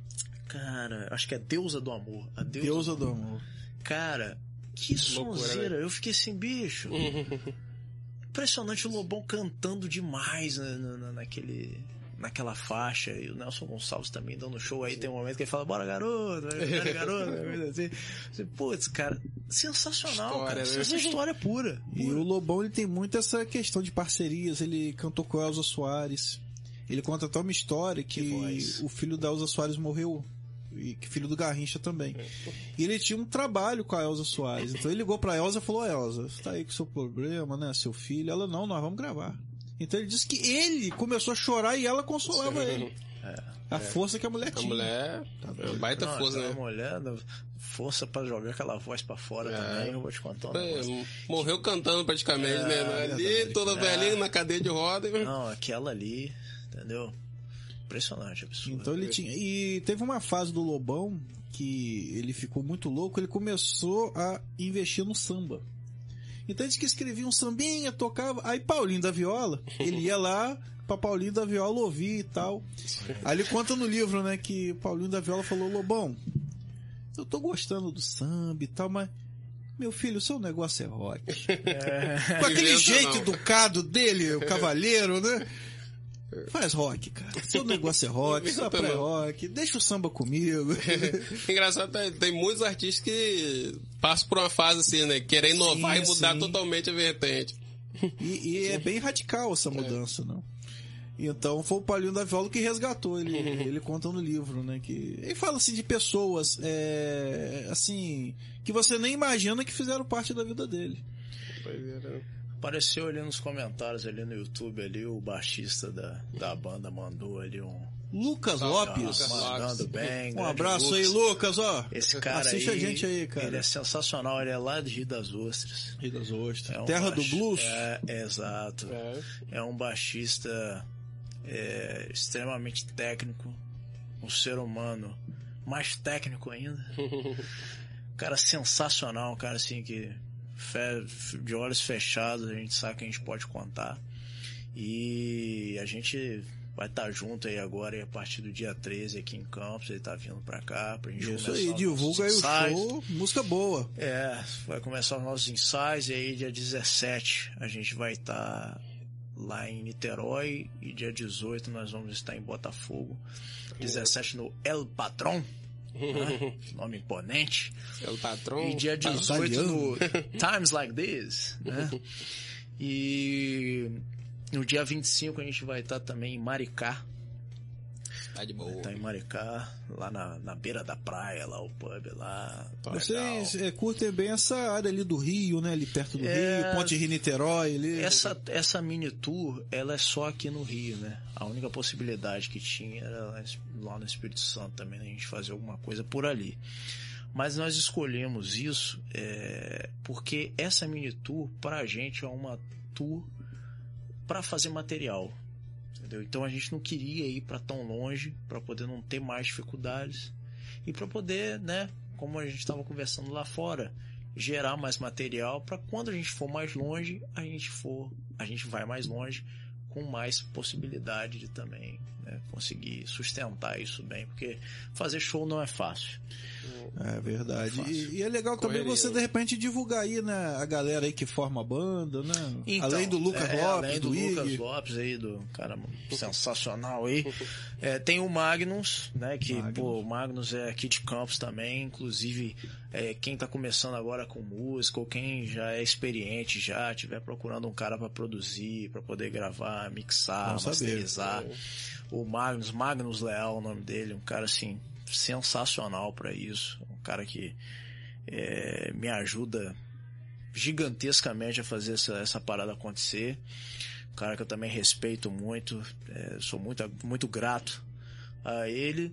Cara, acho que é Deusa do Amor. A Deusa, Deusa do Amor. Cara, que Loucura, sonzeira. Eu fiquei assim, bicho. Impressionante o Lobão cantando demais na, na, naquele, naquela faixa. E o Nelson Gonçalves também dando show. Aí tem um momento que ele fala, bora garoto, bora garoto. Coisa assim. Putz, cara, sensacional, História, cara. né? Essa história pura. E pura. o Lobão, ele tem muito essa questão de parcerias. Ele cantou com a Elza Soares. Ele conta até uma história que, Que voz. o filho da Elza Soares morreu. E que filho do Garrincha também. E ele tinha um trabalho com a Elza Soares. Então ele ligou pra Elza e falou, Elza, você tá aí com seu problema, né? Seu filho. Ela, não, nós vamos gravar. Então ele disse que ele começou a chorar e ela consolava ele. É, A força que a mulher A tinha. mulher é uma baita Não, força, aquela né? mulher, força pra jogar aquela voz pra fora É. também, eu vou te contar um É, negócio. morreu cantando praticamente, É, né? Ali, verdade. toda velhinha na cadeia de roda. Não, aquela ali, entendeu? Impressionante, absurdo. Então ele tinha. E teve uma fase do Lobão que ele ficou muito louco, ele começou a investir no samba. Então ele disse que escrevia um sambinha, tocava. Aí Paulinho da Viola, ele ia lá pra Paulinho da Viola ouvir e tal. Aí ele conta no livro, né, que Paulinho da Viola falou, Lobão, eu tô gostando do samba e tal, mas meu filho, o seu negócio é rock. Com aquele Inventa, jeito não. educado dele, o cavalheiro, né? Faz rock, cara. Seu negócio é rock, só Inventa, pra não. rock. Deixa o samba comigo. Engraçado, tem, tem muitos artistas que passam por uma fase assim, né? Querer inovar Sim, e mudar sim. totalmente a vertente. E, e é bem radical essa mudança, não? Então foi o Paulinho da Viola que resgatou ele. Ele conta no livro, né? Que ele fala assim de pessoas, é, assim, que você nem imagina que fizeram parte da vida dele. Apareceu ali nos comentários, ali no YouTube, ali o baixista da, da banda mandou ali um... Lucas Lopes. Lucas Lopes. Mandando bem. Um grande abraço aí, Lucas, ó. Esse cara Assiste aí, a gente aí, cara. ele é sensacional, ele é lá de Rio das Ostras. Rio das Ostras. É um Terra do baix- Blues. É, é, exato. É. É um baixista é, extremamente técnico, um ser humano mais técnico ainda. Cara sensacional, um cara assim que fe- de olhos fechados a gente sabe que a gente pode contar. E a gente vai estar junto aí agora e a partir do dia treze aqui em Campos, ele tá vindo pra cá pra gente Isso começar aí, os divulga aí o nossos ensaios. show. Música boa. É, vai começar os nossos ensaios e aí dia dezessete a gente vai estar lá em Niterói e dia dezoito nós vamos estar em Botafogo. dezessete no El Patron, né? Nome imponente. É o patrão. E dia dezoito italiano. no Times Like This, né? E no dia vinte e cinco a gente vai estar também em Maricá. Tá de boa. Tá em Maricá, lá na, na beira da praia, lá o pub lá. Tá Vocês é, curtem bem essa área ali do Rio, né? Ali perto do É, Rio, Ponte Rio-Niterói ali. Essa, essa mini tour, ela é só aqui no Rio, né? A única possibilidade que tinha era lá, lá no Espírito Santo também, né? A gente fazer alguma coisa por ali. Mas nós escolhemos isso é, porque essa mini tour, pra gente, é uma tour pra fazer material. Entendeu? Então a gente não queria ir para tão longe para poder não ter mais dificuldades e para poder, né, como a gente estava conversando lá fora, gerar mais material para quando a gente for mais longe, a gente for, a gente vai mais longe com mais possibilidade de também, né, conseguir sustentar isso bem, porque fazer show não é fácil. É verdade. É e, e é legal também Correria. você, de repente, divulgar aí, né, a galera aí que forma a banda, né? Então, além do Lucas é, Lopes, além do, do Lucas Ig. Lopes aí, do cara sensacional aí. É, tem o Magnus, né? Que, Magnus. pô, o Magnus é aqui de Campos também. Inclusive, é, quem tá começando agora com música, ou quem já é experiente, já estiver procurando um cara para produzir, para poder gravar, mixar, Bom saber. masterizar. O Magnus, Magnus Leal, o nome dele, um cara assim, sensacional para isso. Um cara que é, me ajuda gigantescamente a fazer essa, essa parada acontecer. Um cara que eu também respeito muito, é, sou muito, muito grato a ele.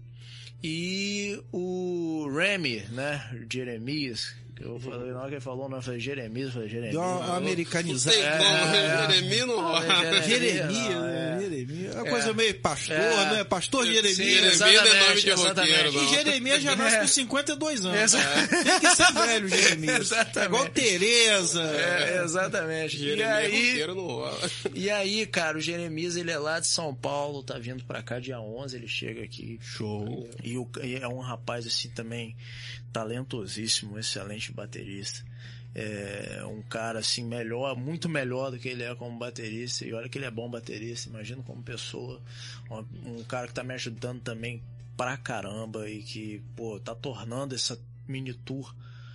E o Remy, né, Jeremias, que eu falei, na hora que ele falou, não, eu falei Jeremias, eu falei Jeremias. Deu uma americanizada. Não tem como, É, Jeremias não rola. é, Jeremias, não, né? é. Jeremias. É uma É. coisa meio pastor, É. né? Pastor Jeremias. Sim, Jeremias não é nome de exatamente, roqueiro, E não. Jeremias já nasce É. com cinquenta e dois anos. Exa- Tem que ser velho, Jeremias. Exatamente. É igual Tereza. É, exatamente. E Jeremias aí, roqueiro não rola. e aí, cara, o Jeremias, ele é lá de São Paulo, tá vindo pra cá dia onze, ele chega aqui. Show. E, o, e é um rapaz, assim, também talentosíssimo, excelente baterista. É um cara, assim, melhor, muito melhor do que ele é como baterista. E olha que ele é bom baterista, imagino como pessoa. Um, um cara que tá me ajudando também pra caramba e que, pô, tá tornando essa mini tour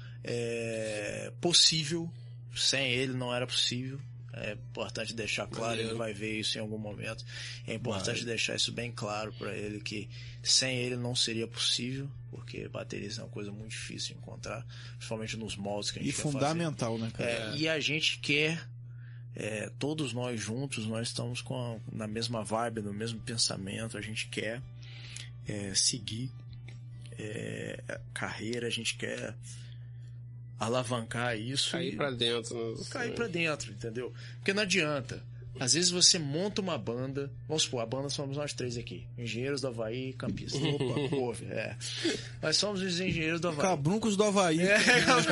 é, possível. Sem ele não era possível. É importante deixar claro, Valeu. ele vai ver isso em algum momento. É importante Vai. deixar isso bem claro para ele, que sem ele não seria possível, porque baterista é uma coisa muito difícil de encontrar, principalmente nos moldes que a gente E quer fundamental, né, fazer. cara? É, e a gente quer, é, todos nós juntos, nós estamos com a, na mesma vibe, no mesmo pensamento, a gente quer é, seguir é, carreira, a gente quer alavancar isso. Cair e- pra dentro. Né? cair pra dentro, entendeu? Porque não adianta. Às vezes você monta uma banda, vamos supor, a banda somos nós três aqui, Engenheiros do Havaí e Campistas. Opa, ouve, é. Nós somos os Engenheiros do Havaí. Cabruncos do Havaí. É,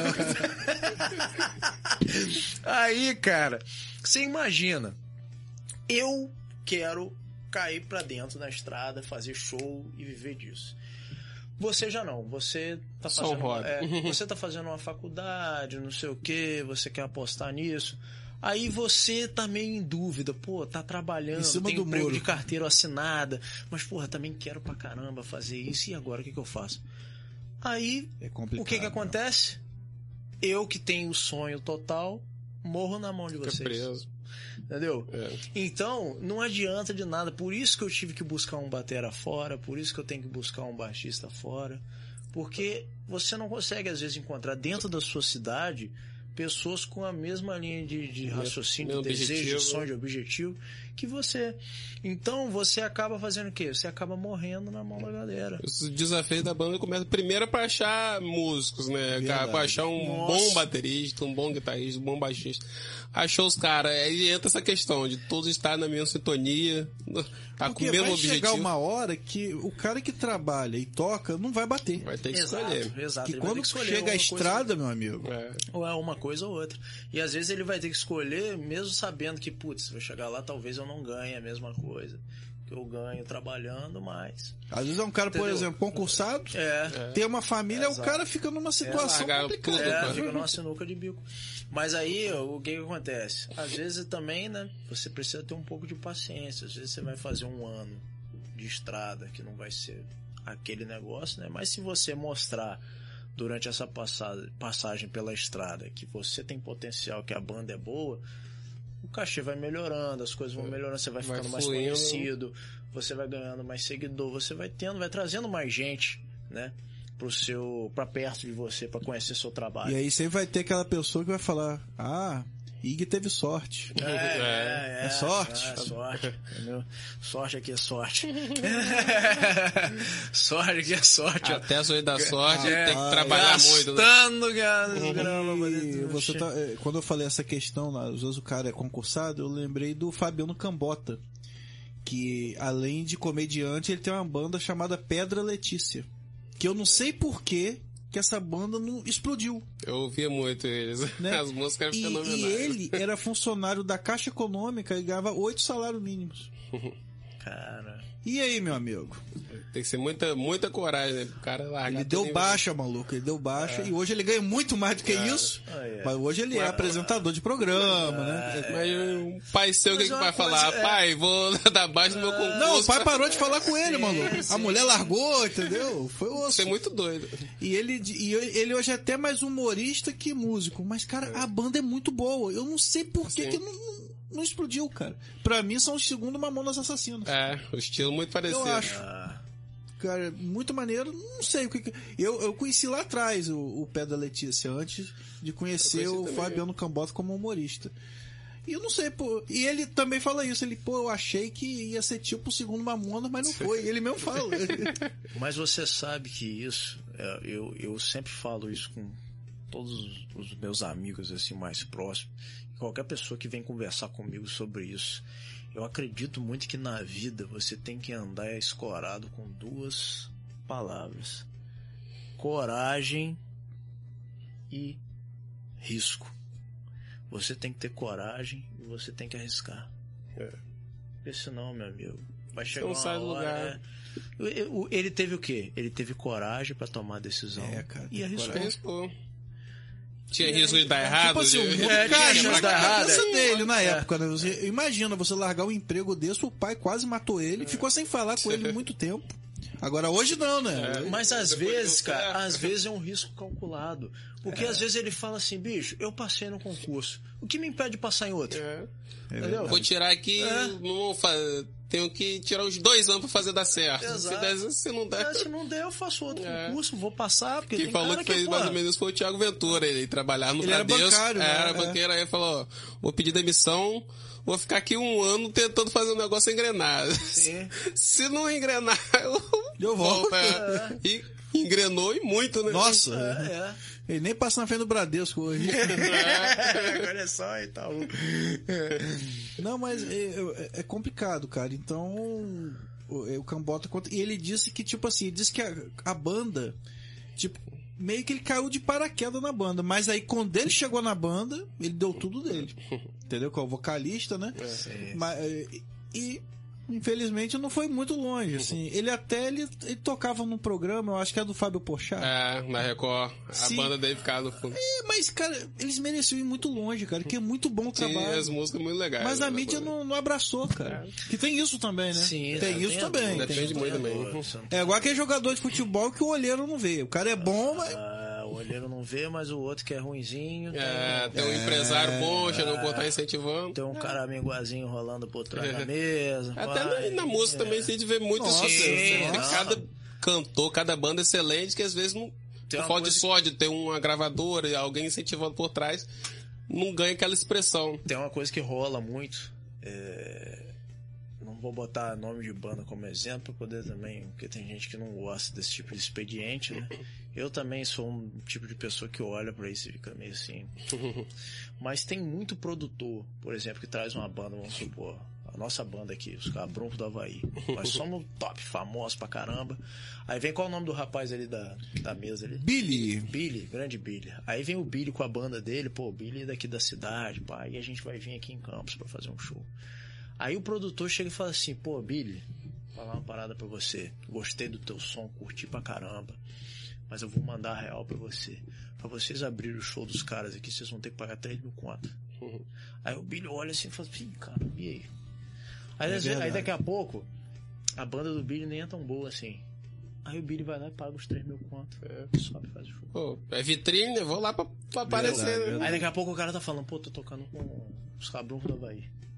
aí, cara, você imagina, eu quero cair pra dentro na estrada, fazer show e viver disso. Você já não, você tá Só um fazendo, hobby. é, você tá fazendo uma faculdade, não sei o que, você quer apostar nisso. Aí você tá meio em dúvida, pô, tá trabalhando, Em cima tem do emprego muro. de carteira assinada, mas porra, também quero pra caramba fazer isso, e agora o que que eu faço? Aí, É complicado. o que que acontece? Eu que tenho o sonho total, morro na mão de Fica vocês. preso. Entendeu? É. Então, não adianta de nada. Por isso que eu tive que buscar um batera fora, por isso que eu tenho que buscar um baixista fora. Porque você não consegue, às vezes, encontrar dentro da sua cidade pessoas com a mesma linha de, de raciocínio, de Mesmo desejo, de objetivo. sonho, de objetivo que você. Então, você acaba fazendo o quê? Você acaba morrendo na mão da galera. Os desafios da banda começam primeiro pra achar músicos, né? Cara, Verdade. pra achar um Nossa. bom baterista, um bom guitarrista, um bom baixista. Achou os caras, aí entra essa questão de todos estarem na mesma sintonia, tá com Porque o mesmo vai objetivo. chegar uma hora que o cara que trabalha e toca não vai bater. Vai ter que Exato, escolher. exato. Que Ele vai ter quando que escolher chega a alguma coisa. estrada, meu amigo, É. Ou é uma coisa ou outra. E às vezes ele vai ter que escolher, mesmo sabendo que, putz, se eu chegar lá, talvez eu não ganhe a mesma coisa que eu ganho trabalhando, mas... às vezes é um cara, por Entendeu? exemplo, concursado, É, tem uma família, o Exato. cara fica numa situação largar complicada. tudo, é, cara. fica numa sinuca de bico. Mas aí, o que que acontece? Às vezes também, né, você precisa ter um pouco de paciência. Às vezes você vai fazer um ano de estrada, que não vai ser aquele negócio, né? Mas se você mostrar durante essa passada, passagem pela estrada que você tem potencial, que a banda é boa, o cachê vai melhorando, as coisas vão melhorando, você vai Vai ficando mais fluindo. conhecido, você vai ganhando mais seguidor, você vai tendo, vai trazendo mais gente, né? Pro seu, pra perto de você, pra conhecer seu trabalho. E aí sempre vai ter aquela pessoa que vai falar, ah, Ig teve sorte. É, é, é, é sorte. É sorte, entendeu? Sorte aqui é sorte. Sorte aqui é sorte. Até a sua da sorte É, tem que trabalhar muito. Né? Gastando grana. E você tá, é, quando eu falei essa questão, lá, às vezes o cara é concursado, eu lembrei do Fabiano Cambota, que além de comediante, ele tem uma banda chamada Pedra Letícia, que eu não sei porquê que essa banda não explodiu. Eu ouvia muito eles. Né? As músicas eram e, fenomenais. e ele era funcionário da Caixa Econômica e ganhava oito salários mínimos. Cara. E aí, meu amigo? Tem que ser muita, muita coragem, né? O cara largar. Ele deu baixa, maluco. Ele deu baixa. É. E hoje ele ganha muito mais do que é. isso. Ah, é. Mas hoje ele é mas, apresentador de programa, né? É. Mas o pai seu, o que, que vai falar? É... Pai, vou dar baixa no meu concurso. Não, o pai parou de falar com ele, sim, maluco. Sim. A mulher largou, entendeu? Foi osso. Você é muito doido. E ele, e ele hoje é até mais humorista que músico. Mas, cara, é. a banda é muito boa. Eu não sei por que, que não... não explodiu, cara. Pra mim são os segundos Mamonas Assassinos. É, o estilo muito parecido. Eu acho. Ah. Cara, muito maneiro. Não sei o que... que... Eu, eu conheci lá atrás o, o Pé da Letícia, antes de conhecer o também. Fabiano Cambota como humorista. E eu não sei, pô... E ele também fala isso. Ele, pô, eu achei que ia ser tipo o segundo Mamonas, mas não foi. Ele mesmo fala. Mas você sabe que isso... Eu, eu sempre falo isso com todos os meus amigos assim mais próximos. Qualquer pessoa que vem conversar comigo sobre isso, eu acredito muito que na vida você tem que andar escorado com duas palavras: coragem e risco. Você tem que ter coragem e você tem que arriscar. É. Porque senão, meu amigo, vai chegar uma sai do hora... Lugar. É... Ele teve o quê? Ele teve coragem pra tomar a decisão é, cara, e arriscou. Tinha risco de dar errado. Tipo assim, de... o é, cara, tinha na cabeça errado. dele na época, é. né? Você, imagina você largar um emprego desse, o pai quase matou ele, é. ficou sem falar com ele muito tempo. Agora hoje não, né? É. Mas às Depois vezes, cara, às vezes é um risco calculado. Porque é. às vezes ele fala assim, bicho, eu passei no concurso. O que me impede de passar em outro? É. Entendeu? Vou tirar aqui, é. não vou fazer... Tenho que tirar os dois anos pra fazer dar certo. Exato. Se, der, se não der... É, se não der, eu faço outro é. concurso, vou passar. Porque Quem tem falou cara que fez que, mais ou menos isso foi o Thiago Ventura. Ele trabalhava no Bradesco. Ele era bancário, né? Era é. banqueiro, aí falou, vou pedir demissão, vou ficar aqui um ano tentando fazer um negócio engrenar. Sim. Se não engrenar, eu, eu volto. É. E engrenou e muito, né? Nossa, é, é. Ele nem passa na frente do Bradesco hoje. Agora é só e tal. Não, mas é, é complicado, cara. Então, o, o Cambota... E ele disse que, tipo assim, ele disse que a, a banda, tipo, meio que ele caiu de paraquedas na banda. Mas aí, quando ele chegou na banda, ele deu tudo dele. Entendeu? Que é o vocalista, né? É. Mas, e... Infelizmente não foi muito longe, assim. Ele até ele, ele tocava num programa, eu acho que é do Fábio Porchat. É, na Record. A Sim. banda dele ficava no fundo. É, mas, cara, eles mereciam ir muito longe, cara, que é muito bom o trabalho. Sim, as músicas muito legais. Mas a mídia não, não abraçou, cara. É. Que tem isso também, né? Sim, tem é, isso tem também. Depende tem muito também. É igual aquele jogador de futebol que o olheiro não vê. O cara é bom, mas... Ah, o olheiro não vê, mas o outro que é ruinzinho. É, tem um é, empresário bom, chegando por estar incentivando. Tem um cara amengoazinho rolando por trás da mesa. Até pai, na, na música é. também a gente vê muito Nossa, isso. sim, cada cantor, cada banda excelente que às vezes não. Por falta de sorte, tem uma gravadora e alguém incentivando por trás, não ganha aquela expressão. Tem uma coisa que rola muito. É... Não vou botar nome de banda como exemplo, pra poder também, porque tem gente que não gosta desse tipo de expediente, né? Eu também sou um tipo de pessoa que olha pra isso e fica meio assim. Mas tem muito produtor, por exemplo, que traz uma banda, vamos supor, a nossa banda aqui, os Cabruncos do Havaí. Nós somos top, famosos pra caramba. Aí vem qual o nome do rapaz ali da, da mesa ali? Billy. Billy, grande Billy. Aí vem o Billy com a banda dele, pô, o Billy é daqui da cidade, pá, e a gente vai vir aqui em Campos pra fazer um show. Aí o produtor chega e fala assim, pô, Billy, vou falar uma parada pra você. Gostei do teu som, curti pra caramba. Mas eu vou mandar a real pra você. Pra vocês abrirem o show dos caras aqui, vocês vão ter que pagar três mil contas. Uhum. Aí o Billy olha assim e fala, ih, cara, e aí? Aí, é aí daqui a pouco, a banda do Billy nem é tão boa assim. Aí o Billy vai lá e paga os três mil contos. É. Sobe e faz o show. Pô, é vitrine, vou lá pra, pra aparecer. Verdade. Aí daqui a pouco o cara tá falando, pô, tô tocando com os Cabruncos do Havaí.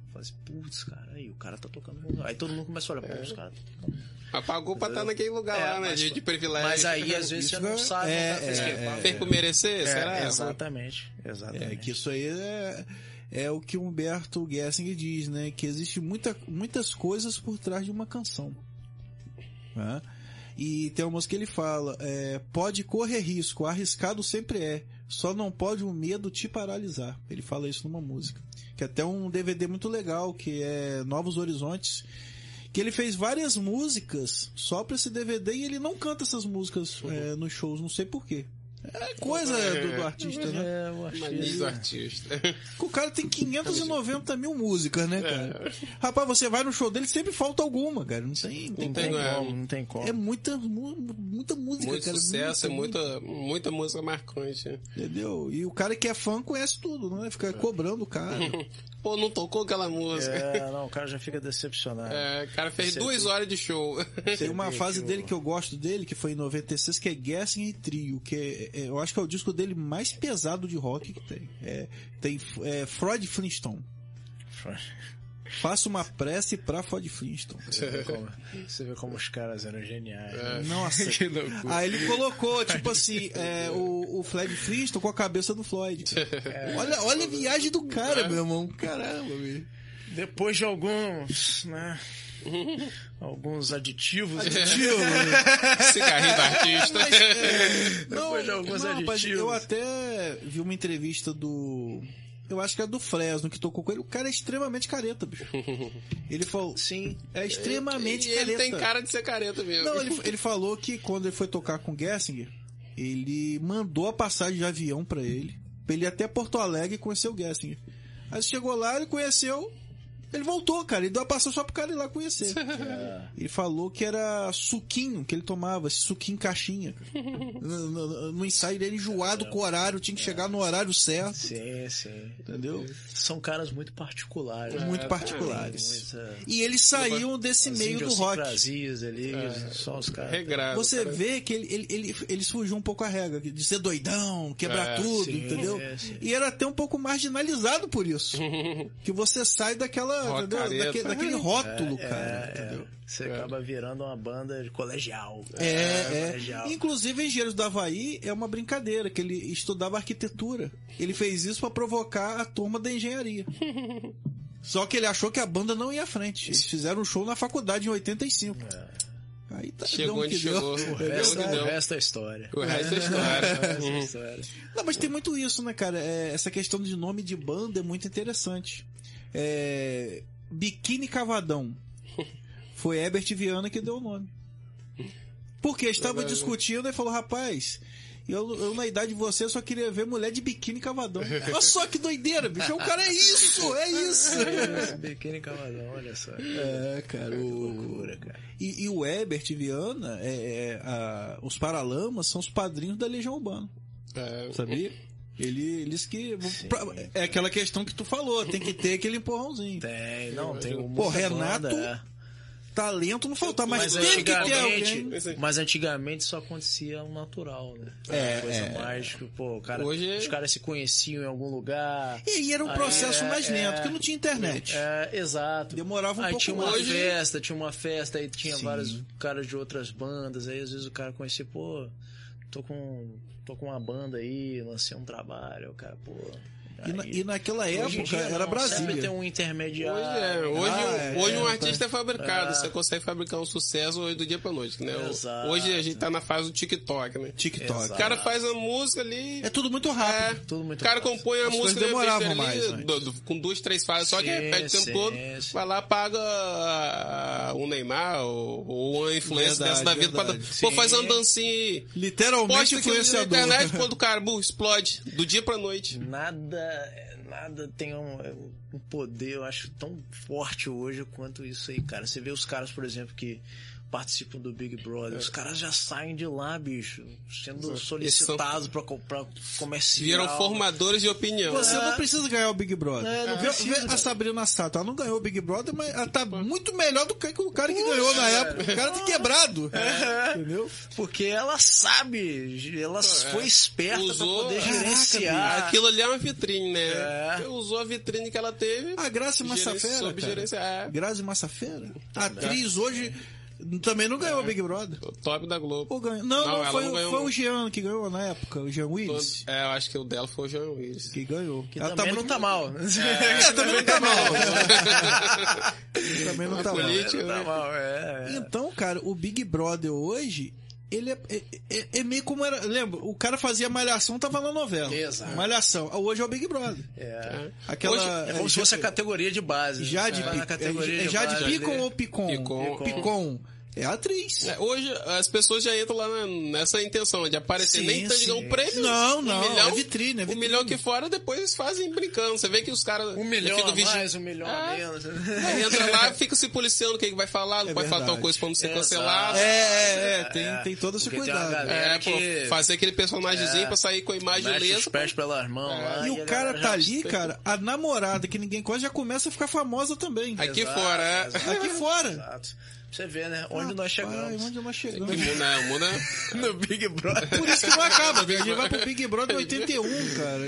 Fala assim, putz, cara, aí o cara tá tocando. Aí todo mundo começa a olhar, pô, os caras tá tocando. Apagou pra estar naquele lugar É, lá, né? mas- De, de privilégio. Mas aí às vezes Isso você não é- sabe, é, não tá fez é, que- é, Fez por merecer? É, Será? exatamente, exatamente. É que isso aí é, é o que o Humberto Gessinger diz, né? Que existe muita, muitas coisas por trás de uma canção. Né? E tem uma música que ele fala, é, pode correr risco, arriscado sempre é, só não pode o medo te paralisar. Ele fala isso numa música. Que é até um D V D muito legal, que é Novos Horizontes, que ele fez várias músicas só pra esse D V D e ele não canta essas músicas é, nos shows, não sei porquê. É coisa do, do artista, né? É, o Mania artista. do artista. O cara tem quinhentas e noventa mil músicas, né, cara? Rapaz, você vai no show dele, sempre falta alguma, cara. Não tem. Não tem tem como. como, não tem como. É muita, mu- muita música, Muito cara. sucesso, é muita, muita, muita música marcante. Entendeu? E o cara que é fã conhece tudo, né? Fica cobrando o cara. Pô, não tocou aquela música. É, não, o cara já fica decepcionado. É, o cara fez Você duas tem- horas de show. Tem uma vê fase que dele o- que eu gosto dele, que foi em noventa e seis, que é Gessinger Trio, que é, é- eu acho que é o disco dele mais pesado de rock que tem. É, tem é, Freud Flintstone. Faça uma prece pra Freud Flintstone. Você vê como, você vê como os caras eram geniais. né? Nossa. Que loucura. Aí ele colocou, tipo assim, é, o, o Fred Flintstone com a cabeça do Floyd. Olha, olha a viagem do cara, meu irmão. Caramba, velho. Depois de alguns, né? Alguns aditivos. Cigarrinho do artista. Depois de alguns não, rapaz, aditivos. eu até vi uma entrevista do... Eu acho que é do Fresno, que tocou com ele. O cara é extremamente careta, bicho. Ele falou... Sim. É extremamente E ele careta. tem cara de ser careta mesmo. Não, ele, ele falou que quando ele foi tocar com o Gessinger, ele mandou a passagem de avião pra ele, pra ele ir até Porto Alegre e conhecer o Gessinger. Aí chegou lá, ele conheceu, ele voltou, cara, ele deu a passagem só pro cara ir lá conhecer. Ele falou que era suquinho que ele tomava, esse suquinho em caixinha. No, no, no ensaio dele, enjoado com o horário, tinha que chegar no horário certo. Sim, sim. Entendeu? São caras muito particulares. Muito né? particulares. Muita- E eles saíam desse as meio do rock. idiosincrasias ali, só os caras. Regrado. Você cara. vê que ele, ele, ele, eles fugiu um pouco a regra, de ser doidão, quebrar É, tudo, sim, entendeu? é, sim. E era até um pouco marginalizado por isso. Que você sai daquela, Rock entendeu? careta. Daquele, daquele rótulo, cara, É, entendeu? você acaba virando uma banda de colegial. É, é. colegial. Inclusive, Engenheiros do Havaí é uma brincadeira, que ele estudava arquitetura. Ele fez isso pra provocar a turma da engenharia. Só que ele achou que a banda não ia à frente. Eles fizeram um show na faculdade em oitenta e cinco. Aí tá, Chegou deu o onde que chegou. deu. O O Deu resto, que deu. o resto é história. O resto é O história. resto é história. Não, mas tem muito isso, né, cara? É, essa questão de nome de banda é muito interessante. É, Biquíni Cavadão. Foi Herbert Viana que deu o nome. Porque estava discutindo e falou, rapaz, eu, eu na idade de você só queria ver mulher de biquíni cavadão. Olha só que doideira, bicho. O cara é isso, é isso. Esse Biquíni Cavadão, olha só. É, cara. Que O... loucura, cara. E, e o Herbert Viana, é, é, a- os Paralamas são os padrinhos da Legião Urbana. É, Sabia? Ele, eles que. pra- é aquela questão que tu falou, tem que ter aquele empurrãozinho. Tem, não, tem o Pô, Renato, talento não falta, mas, Mas tem que ter antigamente, alguém. mas antigamente só acontecia o natural, né? É, Uma coisa é. mais que, pô, o cara, Hoje- os caras se conheciam em algum lugar. E aí era um Aí, processo é, mais lento, é. porque não tinha internet. É, exato. Demorava um aí pouco tinha uma mais. festa, tinha uma festa, aí tinha Sim. vários caras de outras bandas, aí às vezes o cara conhecia, pô, tô com, tô com uma banda aí, lancei um trabalho, o cara, pô. E, na- aí- e naquela Hoje em época dia, era não, Sempre Brasília. tem um intermediário. Hoje é, hoje, Ah, é, hoje um é, artista é fabricado, É. você consegue fabricar um sucesso hoje do dia pra noite, né? Exato. Hoje a gente tá na fase do TikTok, né? TikTok. O cara faz a música ali. É tudo muito rápido. Tudo muito o cara fácil. compõe a As música coisas demoravam ali, mais ali, antes. do- do- com duas, três fases, só que Sim, repete o tempo sim, todo, sim. vai lá, paga ah, um Neymar ou, ou uma influência Verdade, dessa da vida. Pra, verdade. pô, Sim. faz uma dancinha aí. Literalmente Posta aquilo na influenciador. internet, quando o cara bu, explode. Do dia pra noite. Nada, nada tem um, um poder, eu acho, tão forte hoje quanto isso aí, cara. Você vê os caras, por exemplo, que participam do Big Brother. Os caras já saem de lá, bicho, sendo solicitados pra comprar comercial. Viram formadores de opinião. Você É. não precisa ganhar o Big Brother. É, não Vê- precisa, vê cara. a Sabrina Sato, ela não ganhou o Big Brother, mas ela tá muito melhor do que o cara que ganhou na época. O cara tá quebrado. Entendeu? Porque ela sabe, ela foi esperta usou- pra poder Caraca, gerenciar. Aquilo ali é uma vitrine, né? É. Usou a vitrine que ela teve. A Grazi Massafera, soube cara. gerenciar. É. Grazi Massafera. A atriz hoje também não ganhou o Big Brother. O top da Globo. Ou ganhou? Não, Não, não, ela foi, não ganhou, foi não. o Jean que ganhou na época, o Jean Willis. É, eu acho que o dela foi o João Willis. Que ganhou. Que Ela também muito- não tá mal. É, também não tá mal. também não tá mal. política, Não tá mal, é. é. Então, cara, o Big Brother hoje, ele é, é, é- é meio como era. Lembra? O cara fazia Malhação, tava na novela. Exato. Malhação. Hoje é o Big Brother. É. Aquela. Hoje é como se fosse a categoria de base. Já de, Vai na Pi- categoria é, de Jade base Picon ali. ou Picon? Picon. Picon. É a atriz. É, hoje as pessoas já entram lá na- nessa intenção de aparecer, Sim, nem tanto de ganhar sim. um prêmio. Não, não, um milhão, é vitrine, é Um vitrine. milhão aqui fora, depois eles fazem brincando. Você vê que os caras... Um milhão ficam a vigi- mais, um milhão a Ah. menos. Aí entra lá, fica se policiando o que, que vai falar, não É pode falar tal verdade. coisa pra não ser Exato. cancelado. É, é, é, tem, tem todo esse Porque tem uma cuidado. galera- É, pô, que- fazer aquele personagemzinho pra sair com a imagem Mexe os lesa. pés pelas mãos lá. E a o cara galera tá já- ali, cara, a namorada que ninguém conhece já começa a ficar famosa também. Aqui Exato, fora, é. exato. Aqui fora. Exato. Você vê, né? Onde nós Rapaz, chegamos. onde nós Que chegamos. mundo, né? O mundo é... No Big Brother. Por isso que não acaba, velho. A gente vai pro Big Brother oitenta e um, cara.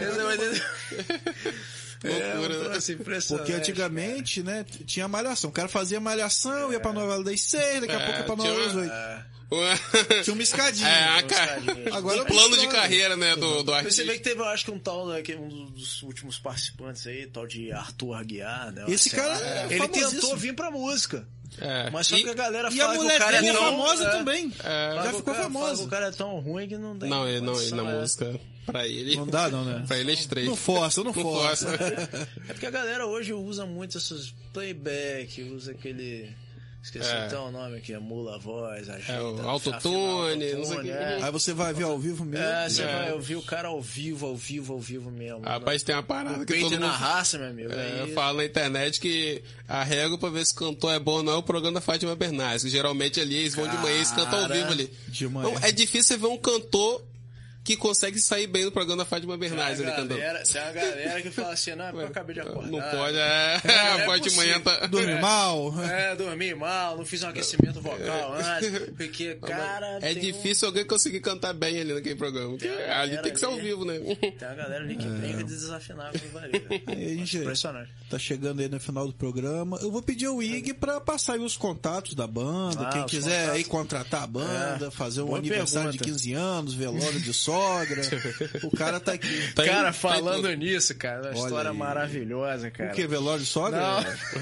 É, Loucura, um né? troço impressionante, Porque antigamente, né, t- tinha malhação. O cara fazia malhação, ia pra novela das seis, daqui a É, pouco ia pra tinha novela das uma- oito. cara. Tinha uma escadinha. É, a Uns ca... cadinhos. Agora o é plano de história. carreira, né, do, do Você artista. vê que teve, eu acho que um tal, né, que um dos últimos participantes aí, tal de Arthur Aguiar, né? Esse sei cara lá. é Ele famosíssimo. tentou vir pra música. É. Mas só E- que a galera E a fala que o mulher cara é dele é tão... famosa é, também. É. fala Já que ficou o cara, fala famosa. que o cara é tão ruim que não dá. Não, ele não, ele condição, na é. música, pra ele... Não dá, não, né? Pra ele é estreito. Não força, não Não força. força. É porque a galera hoje usa muito esses playback, usa aquele... Esqueci É. até o nome aqui, emula a voz, ajeita, É, o afina autotune, não sei o que. é. Aí você vai ver ao vivo mesmo. É, você É. vai ouvir o cara ao vivo, ao vivo, ao vivo mesmo. Rapaz, tem uma parada que Peito todo na mundo... raça, meu amigo. É, aí- fala na internet que a regra pra ver se cantor é bom não é o programa da Fátima Bernardes, que geralmente ali eles vão de manhã e eles cantam ao Cara, vivo ali. de manhã. Então, é difícil você ver um cantor que consegue sair bem no programa da Fátima Bernardes Tem ali uma cantando. galera, tem uma galera que fala assim, não, é porque eu acabei de acordar. Não pode, é. é Pode de manhã possível. tá. Dorme mal. É, dormi mal, não fiz um aquecimento vocal antes, porque, cara... É tem difícil alguém conseguir cantar bem ali naquele programa. Porque Tem uma ali galera tem que ser ao ali. vivo, né? Um, tem uma galera ali que brinca de desafinar com varia. Aí a gente Impressionante. tá chegando aí no final do programa. Eu vou pedir ao Ig pra passar aí os contatos da banda. Ah, Quem os quiser contatos. aí contratar a banda, É. fazer um Boa aniversário pergunta. de quinze anos, velório de sogra. O cara tá aqui. Tá em- Cara, tá em falando tudo. nisso, cara, uma Olha história aí. maravilhosa, cara. O que? Velório de sogra? Não.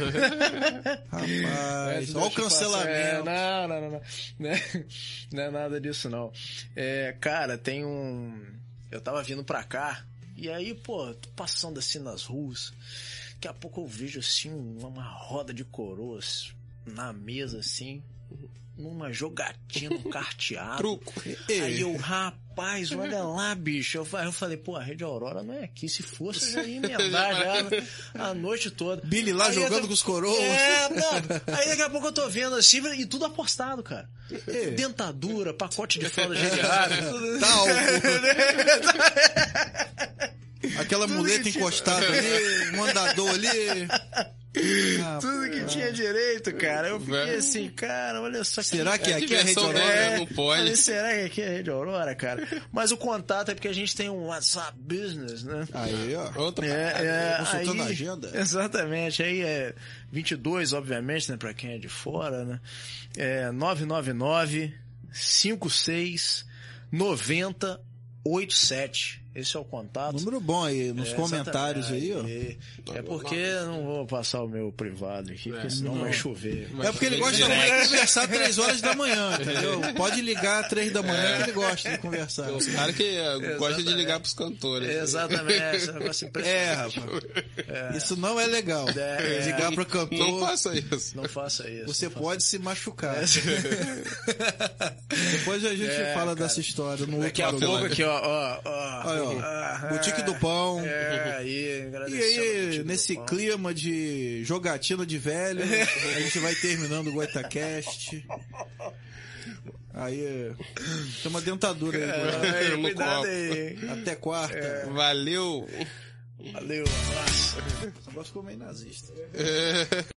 Rapaz, É, olha o deixa eu passar- cancelamento. é, não, não, não, não. Não é, não é nada disso, não. É, cara, tem um... Eu tava vindo pra cá, e aí, pô, tô passando assim nas ruas, daqui a pouco eu vejo, assim, uma roda de coroas na mesa, assim, numa jogatina, um carteado. Truco. Aí eu, rapaz, olha lá, bicho. Eu, fa- eu falei, pô, a Rede Aurora não é aqui. Se fosse, eu já ia emendar já a noite toda. Billy lá Aí jogando eu- com os coroas. É, não. Aí daqui a pouco eu tô vendo assim, e tudo apostado, cara. É. Dentadura, pacote de fralda geriátrica, tudo. Tá álcool. Aquela muleta que tinha- encostada ali, um andador ali. Tudo que tinha direito, cara. Eu fiquei Velho. assim, cara, olha só. Será que É aqui é a Rede diversão, Aurora? né? Não pode. Falei, será que aqui é a Rede Aurora, cara? Mas o contato é porque a gente tem um WhatsApp Business, né? Aí, ó. Outra É, é, consultando aí- a agenda. Exatamente. Aí é vinte e dois, obviamente, né? Pra quem é de fora, né? É nove nove nove, cinco seis, nove zero oito sete. Esse é o contato. Número bom aí, nos É, comentários aí, ó. exatamente. É porque eu não vou passar o meu privado aqui, porque senão vai chover. É porque ele gosta muito de conversar três horas da manhã, entendeu? Pode ligar três da manhã que ele gosta de conversar. Tem uns caras que eh, gostam de ligar pros cantores. Exatamente. Esse negócio É, impressionante. rapaz. Isso não é legal. É. Ligar pra cantor. Não faça isso. Não faça isso. Você não faça pode se machucar. Depois a gente É, fala cara. dessa história no Daqui outro a pouco programa. aqui, ó, ó, ó. Olha, ó. Ah, Boutique do Pão. É, aí, E agradecendo a aí, Boutique do nesse Pão. clima de jogatina de velho, a gente vai terminando o GoitaCast. Aí, tem uma dentadura aí. É, aí, No cuidado copo. aí. Até quarta. Valeu! Valeu, um abraço. Esse negócio ficou meio nazista.